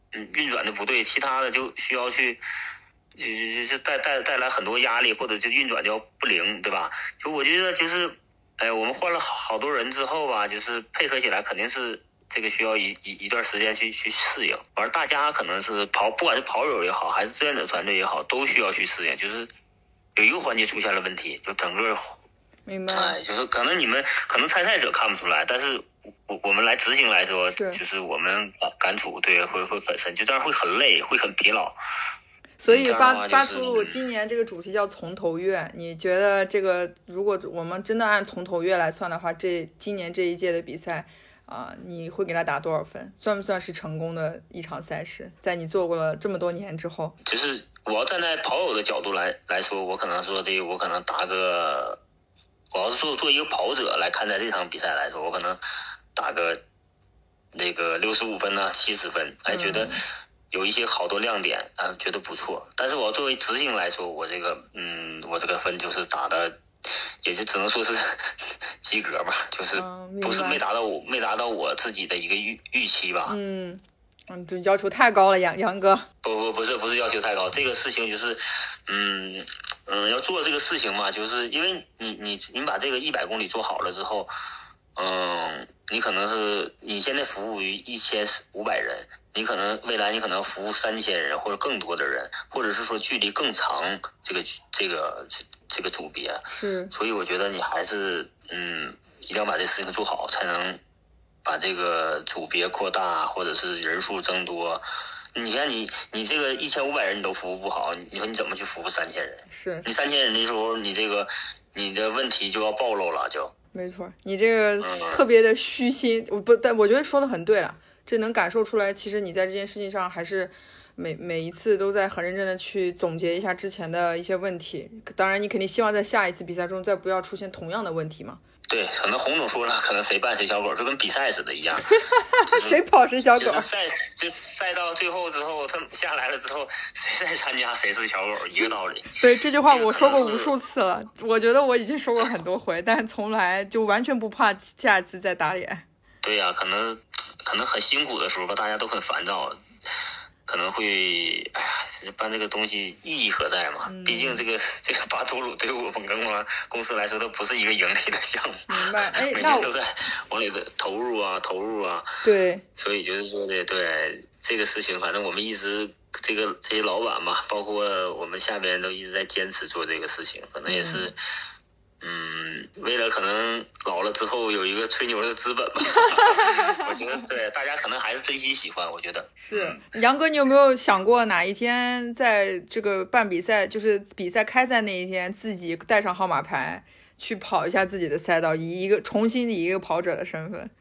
G: 运转的不对，其他的就需要去就带来很多压力，或者就运转就不灵，对吧？就我觉得就是我们换了好多人之后吧，就是配合起来肯定是这个需要一段时间去适应，而大家可能是不管是跑友也好，还是志愿者团队也好，都需要去适应。就是有一个环节出现了问题，就整个
F: 明白，
G: 就是可能你们可能参赛者看不出来，但是我们来执行来说，就是我们感触对会很深，就这样会很累，会很疲劳。
F: 所以巴图鲁今年这个主题叫从头越，你觉得这个如果我们真的按从头越来算的话，今年这一届的比赛你会给他打多少分？算不算是成功的一场赛事？在你做过了这么多年之后，
G: 就是我要站在跑友的角度来说，我可能说我可能打个，我要是做一个跑者来看待这场比赛来说，我可能打个那个65分啊70分，觉得有一些好多亮点觉得不错。但是我作为执行来说，我这个分就是打的，也就只能说是及格吧，就是不是没达到我自己的一个预期吧。
F: 这要求太高了，杨哥。
G: 不是要求太高，这个事情就是要做这个事情嘛，就是因为你把这个100公里做好了之后，你可能是你现在服务于1500人，未来你可能服务3000人或者更多的人，或者是说距离更长这个组别。所以我觉得你还是一定要把这事情做好，才能把这个组别扩大，或者是人数增多。你看你这个1500人你都服务不好，你说你怎么去服务3000人？你3000人的时候，你的问题就要暴露了，就
F: 没错。你这个特别的虚心，但我觉得说的很对了，这能感受出来，其实你在这件事情上还是每一次都在很认真的去总结一下之前的一些问题。当然，你肯定希望在下一次比赛中再不要出现同样的问题嘛。
G: 对，可能洪总说了，可能谁扮谁小狗，就跟比赛似的一样，
F: 谁跑谁小狗。
G: 就是赛到最后之后，他下来了之后，谁在参加谁是小狗，一个道理。
F: 对，这句话我说过无数次了，我觉得我已经说过很多回，但从来就完全不怕下一次再打脸。
G: 对呀，可能很辛苦的时候吧，大家都很烦躁。可能会，办这个东西意义何在嘛？毕竟这个巴图鲁对我们公司来说，它不是一个盈利的项目。
F: 明白，
G: 每天都在往里的投入啊。
F: 对。
G: 所以就是说的，对这个事情，反正我们一直这些老板嘛，包括我们下边都一直在坚持做这个事情，可能也是。为了可能老了之后有一个吹牛的资本吧。我觉得对大家可能还是真心喜欢，我觉得
F: 是。杨哥，你有没有想过哪一天在这个办比赛，就是比赛开赛那一天，自己带上号码牌去跑一下自己的赛道，重新以一个跑者的身份？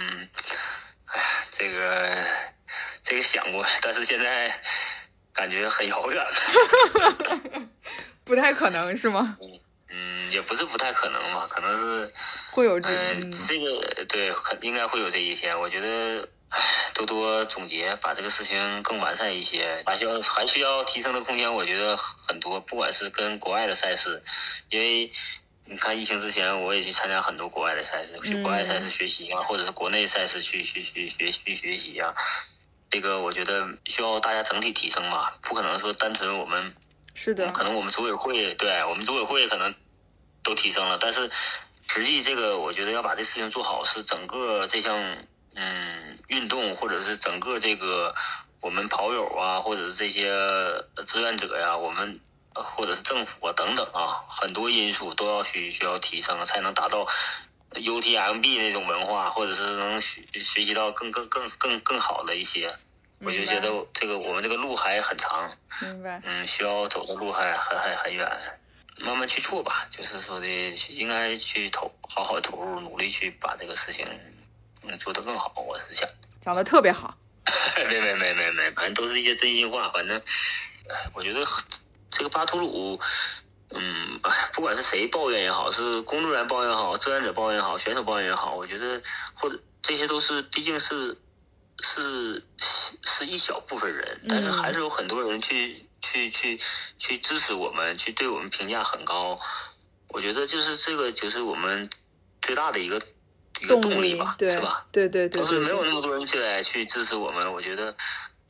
G: 这个想过，但是现在感觉很遥远。
F: 不太可能是吗？
G: 也不是不太可能嘛，可能是
F: 会有
G: 这个对，应该会有这一天。我觉得多总结，把这个事情更完善一些，还需要提升的空间，我觉得很多。不管是跟国外的赛事，因为你看疫情之前，我也去参加很多国外的赛事，去国外赛事学习啊，或者是国内赛事去学习啊。这个我觉得需要大家整体提升嘛，不可能说单纯我们
F: 是的，
G: 可能我们组委会可能都提升了，但是实际这个我觉得要把这事情做好，是整个这项运动，或者是整个这个我们跑友啊，或者是这些志愿者呀，我们或者是政府啊等等啊，很多因素都要需要提升，才能达到 UTMB 那种文化，或者是能学习到更好的一些。我就觉得这个我们这个路还很长，
F: 明白。
G: 需要走的路还很远，慢慢去做吧。就是说的，应该去好好投入，努力去把这个事情做得更好。我是想
F: 讲得特别好。
G: 没，反正都是一些真心话。反正我觉得这个巴图鲁，不管是谁抱怨也好，是工作人员抱怨也好，志愿者抱怨也好，选手抱怨也好，我觉得或者这些都是毕竟是一小部分人，但是还是有很多人去支持我们，去对我们评价很高。我觉得就是这个就是我们最大的一个动力吧，是吧？
F: 对，
G: 都是没有那么多人去支持我们，我觉得可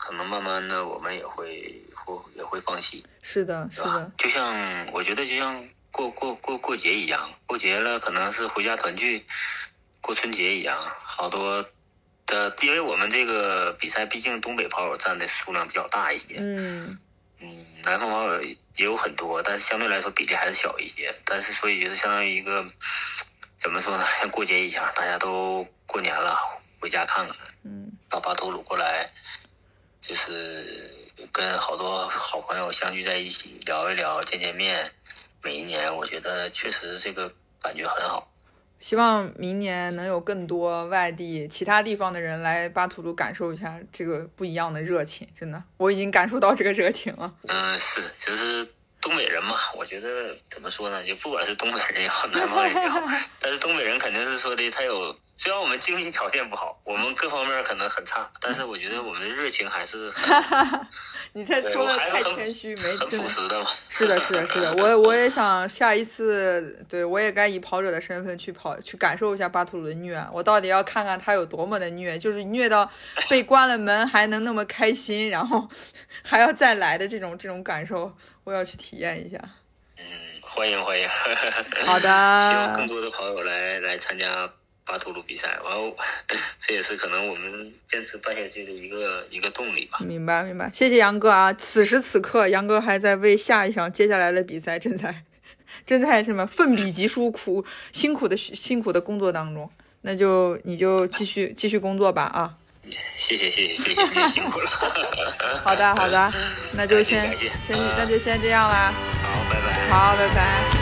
G: 可能慢慢的我们也会放弃。
F: 是的，是的，
G: 就像我觉得就像过节一样，过节了可能是回家团聚，过春节一样，好多的，因为我们这个比赛毕竟东北跑友占的数量比较大一些，南方跑友也有很多，但是相对来说比例还是小一些，但是所以就是相当于一个怎么说呢，像过节一样，大家都过年了回家看看，到巴图鲁过来，就是跟好多好朋友相聚在一起聊一聊，见见面，每一年我觉得确实这个感觉很好。
F: 希望明年能有更多外地其他地方的人来巴图鲁感受一下这个不一样的热情，真的我已经感受到这个热情了。
G: 是就是东北人嘛，我觉得怎么说呢，就不管是东北人也好，南方人也好，但是东北人肯定是说的他有，虽然我们经济条件不好，我们各方面可能很差，但是我觉得我们的热情还是很
F: 你太说的太谦虚，没
G: 很朴实的嘛。
F: 是的，是的，是的，我也想下一次，对我也该以跑者的身份去感受一下巴图鲁的虐，我到底要看看他有多么的虐，就是虐到被关了门还能那么开心，然后还要再来的这种感受，我要去体验一下。
G: 欢迎。
F: 好的，
G: 希望更多的跑友来参加巴图鲁比赛，然后这也是可能我们坚持办下去的一个动力吧。
F: 明白，谢谢杨哥啊！此时此刻，杨哥还在为下一场接下来的比赛正在什么奋笔疾书辛苦的工作当中。那你就继续工作吧啊！
G: 谢谢，你也辛苦了。
F: 好的，那就先这样啦。
G: 好，拜拜。
F: 好，拜拜。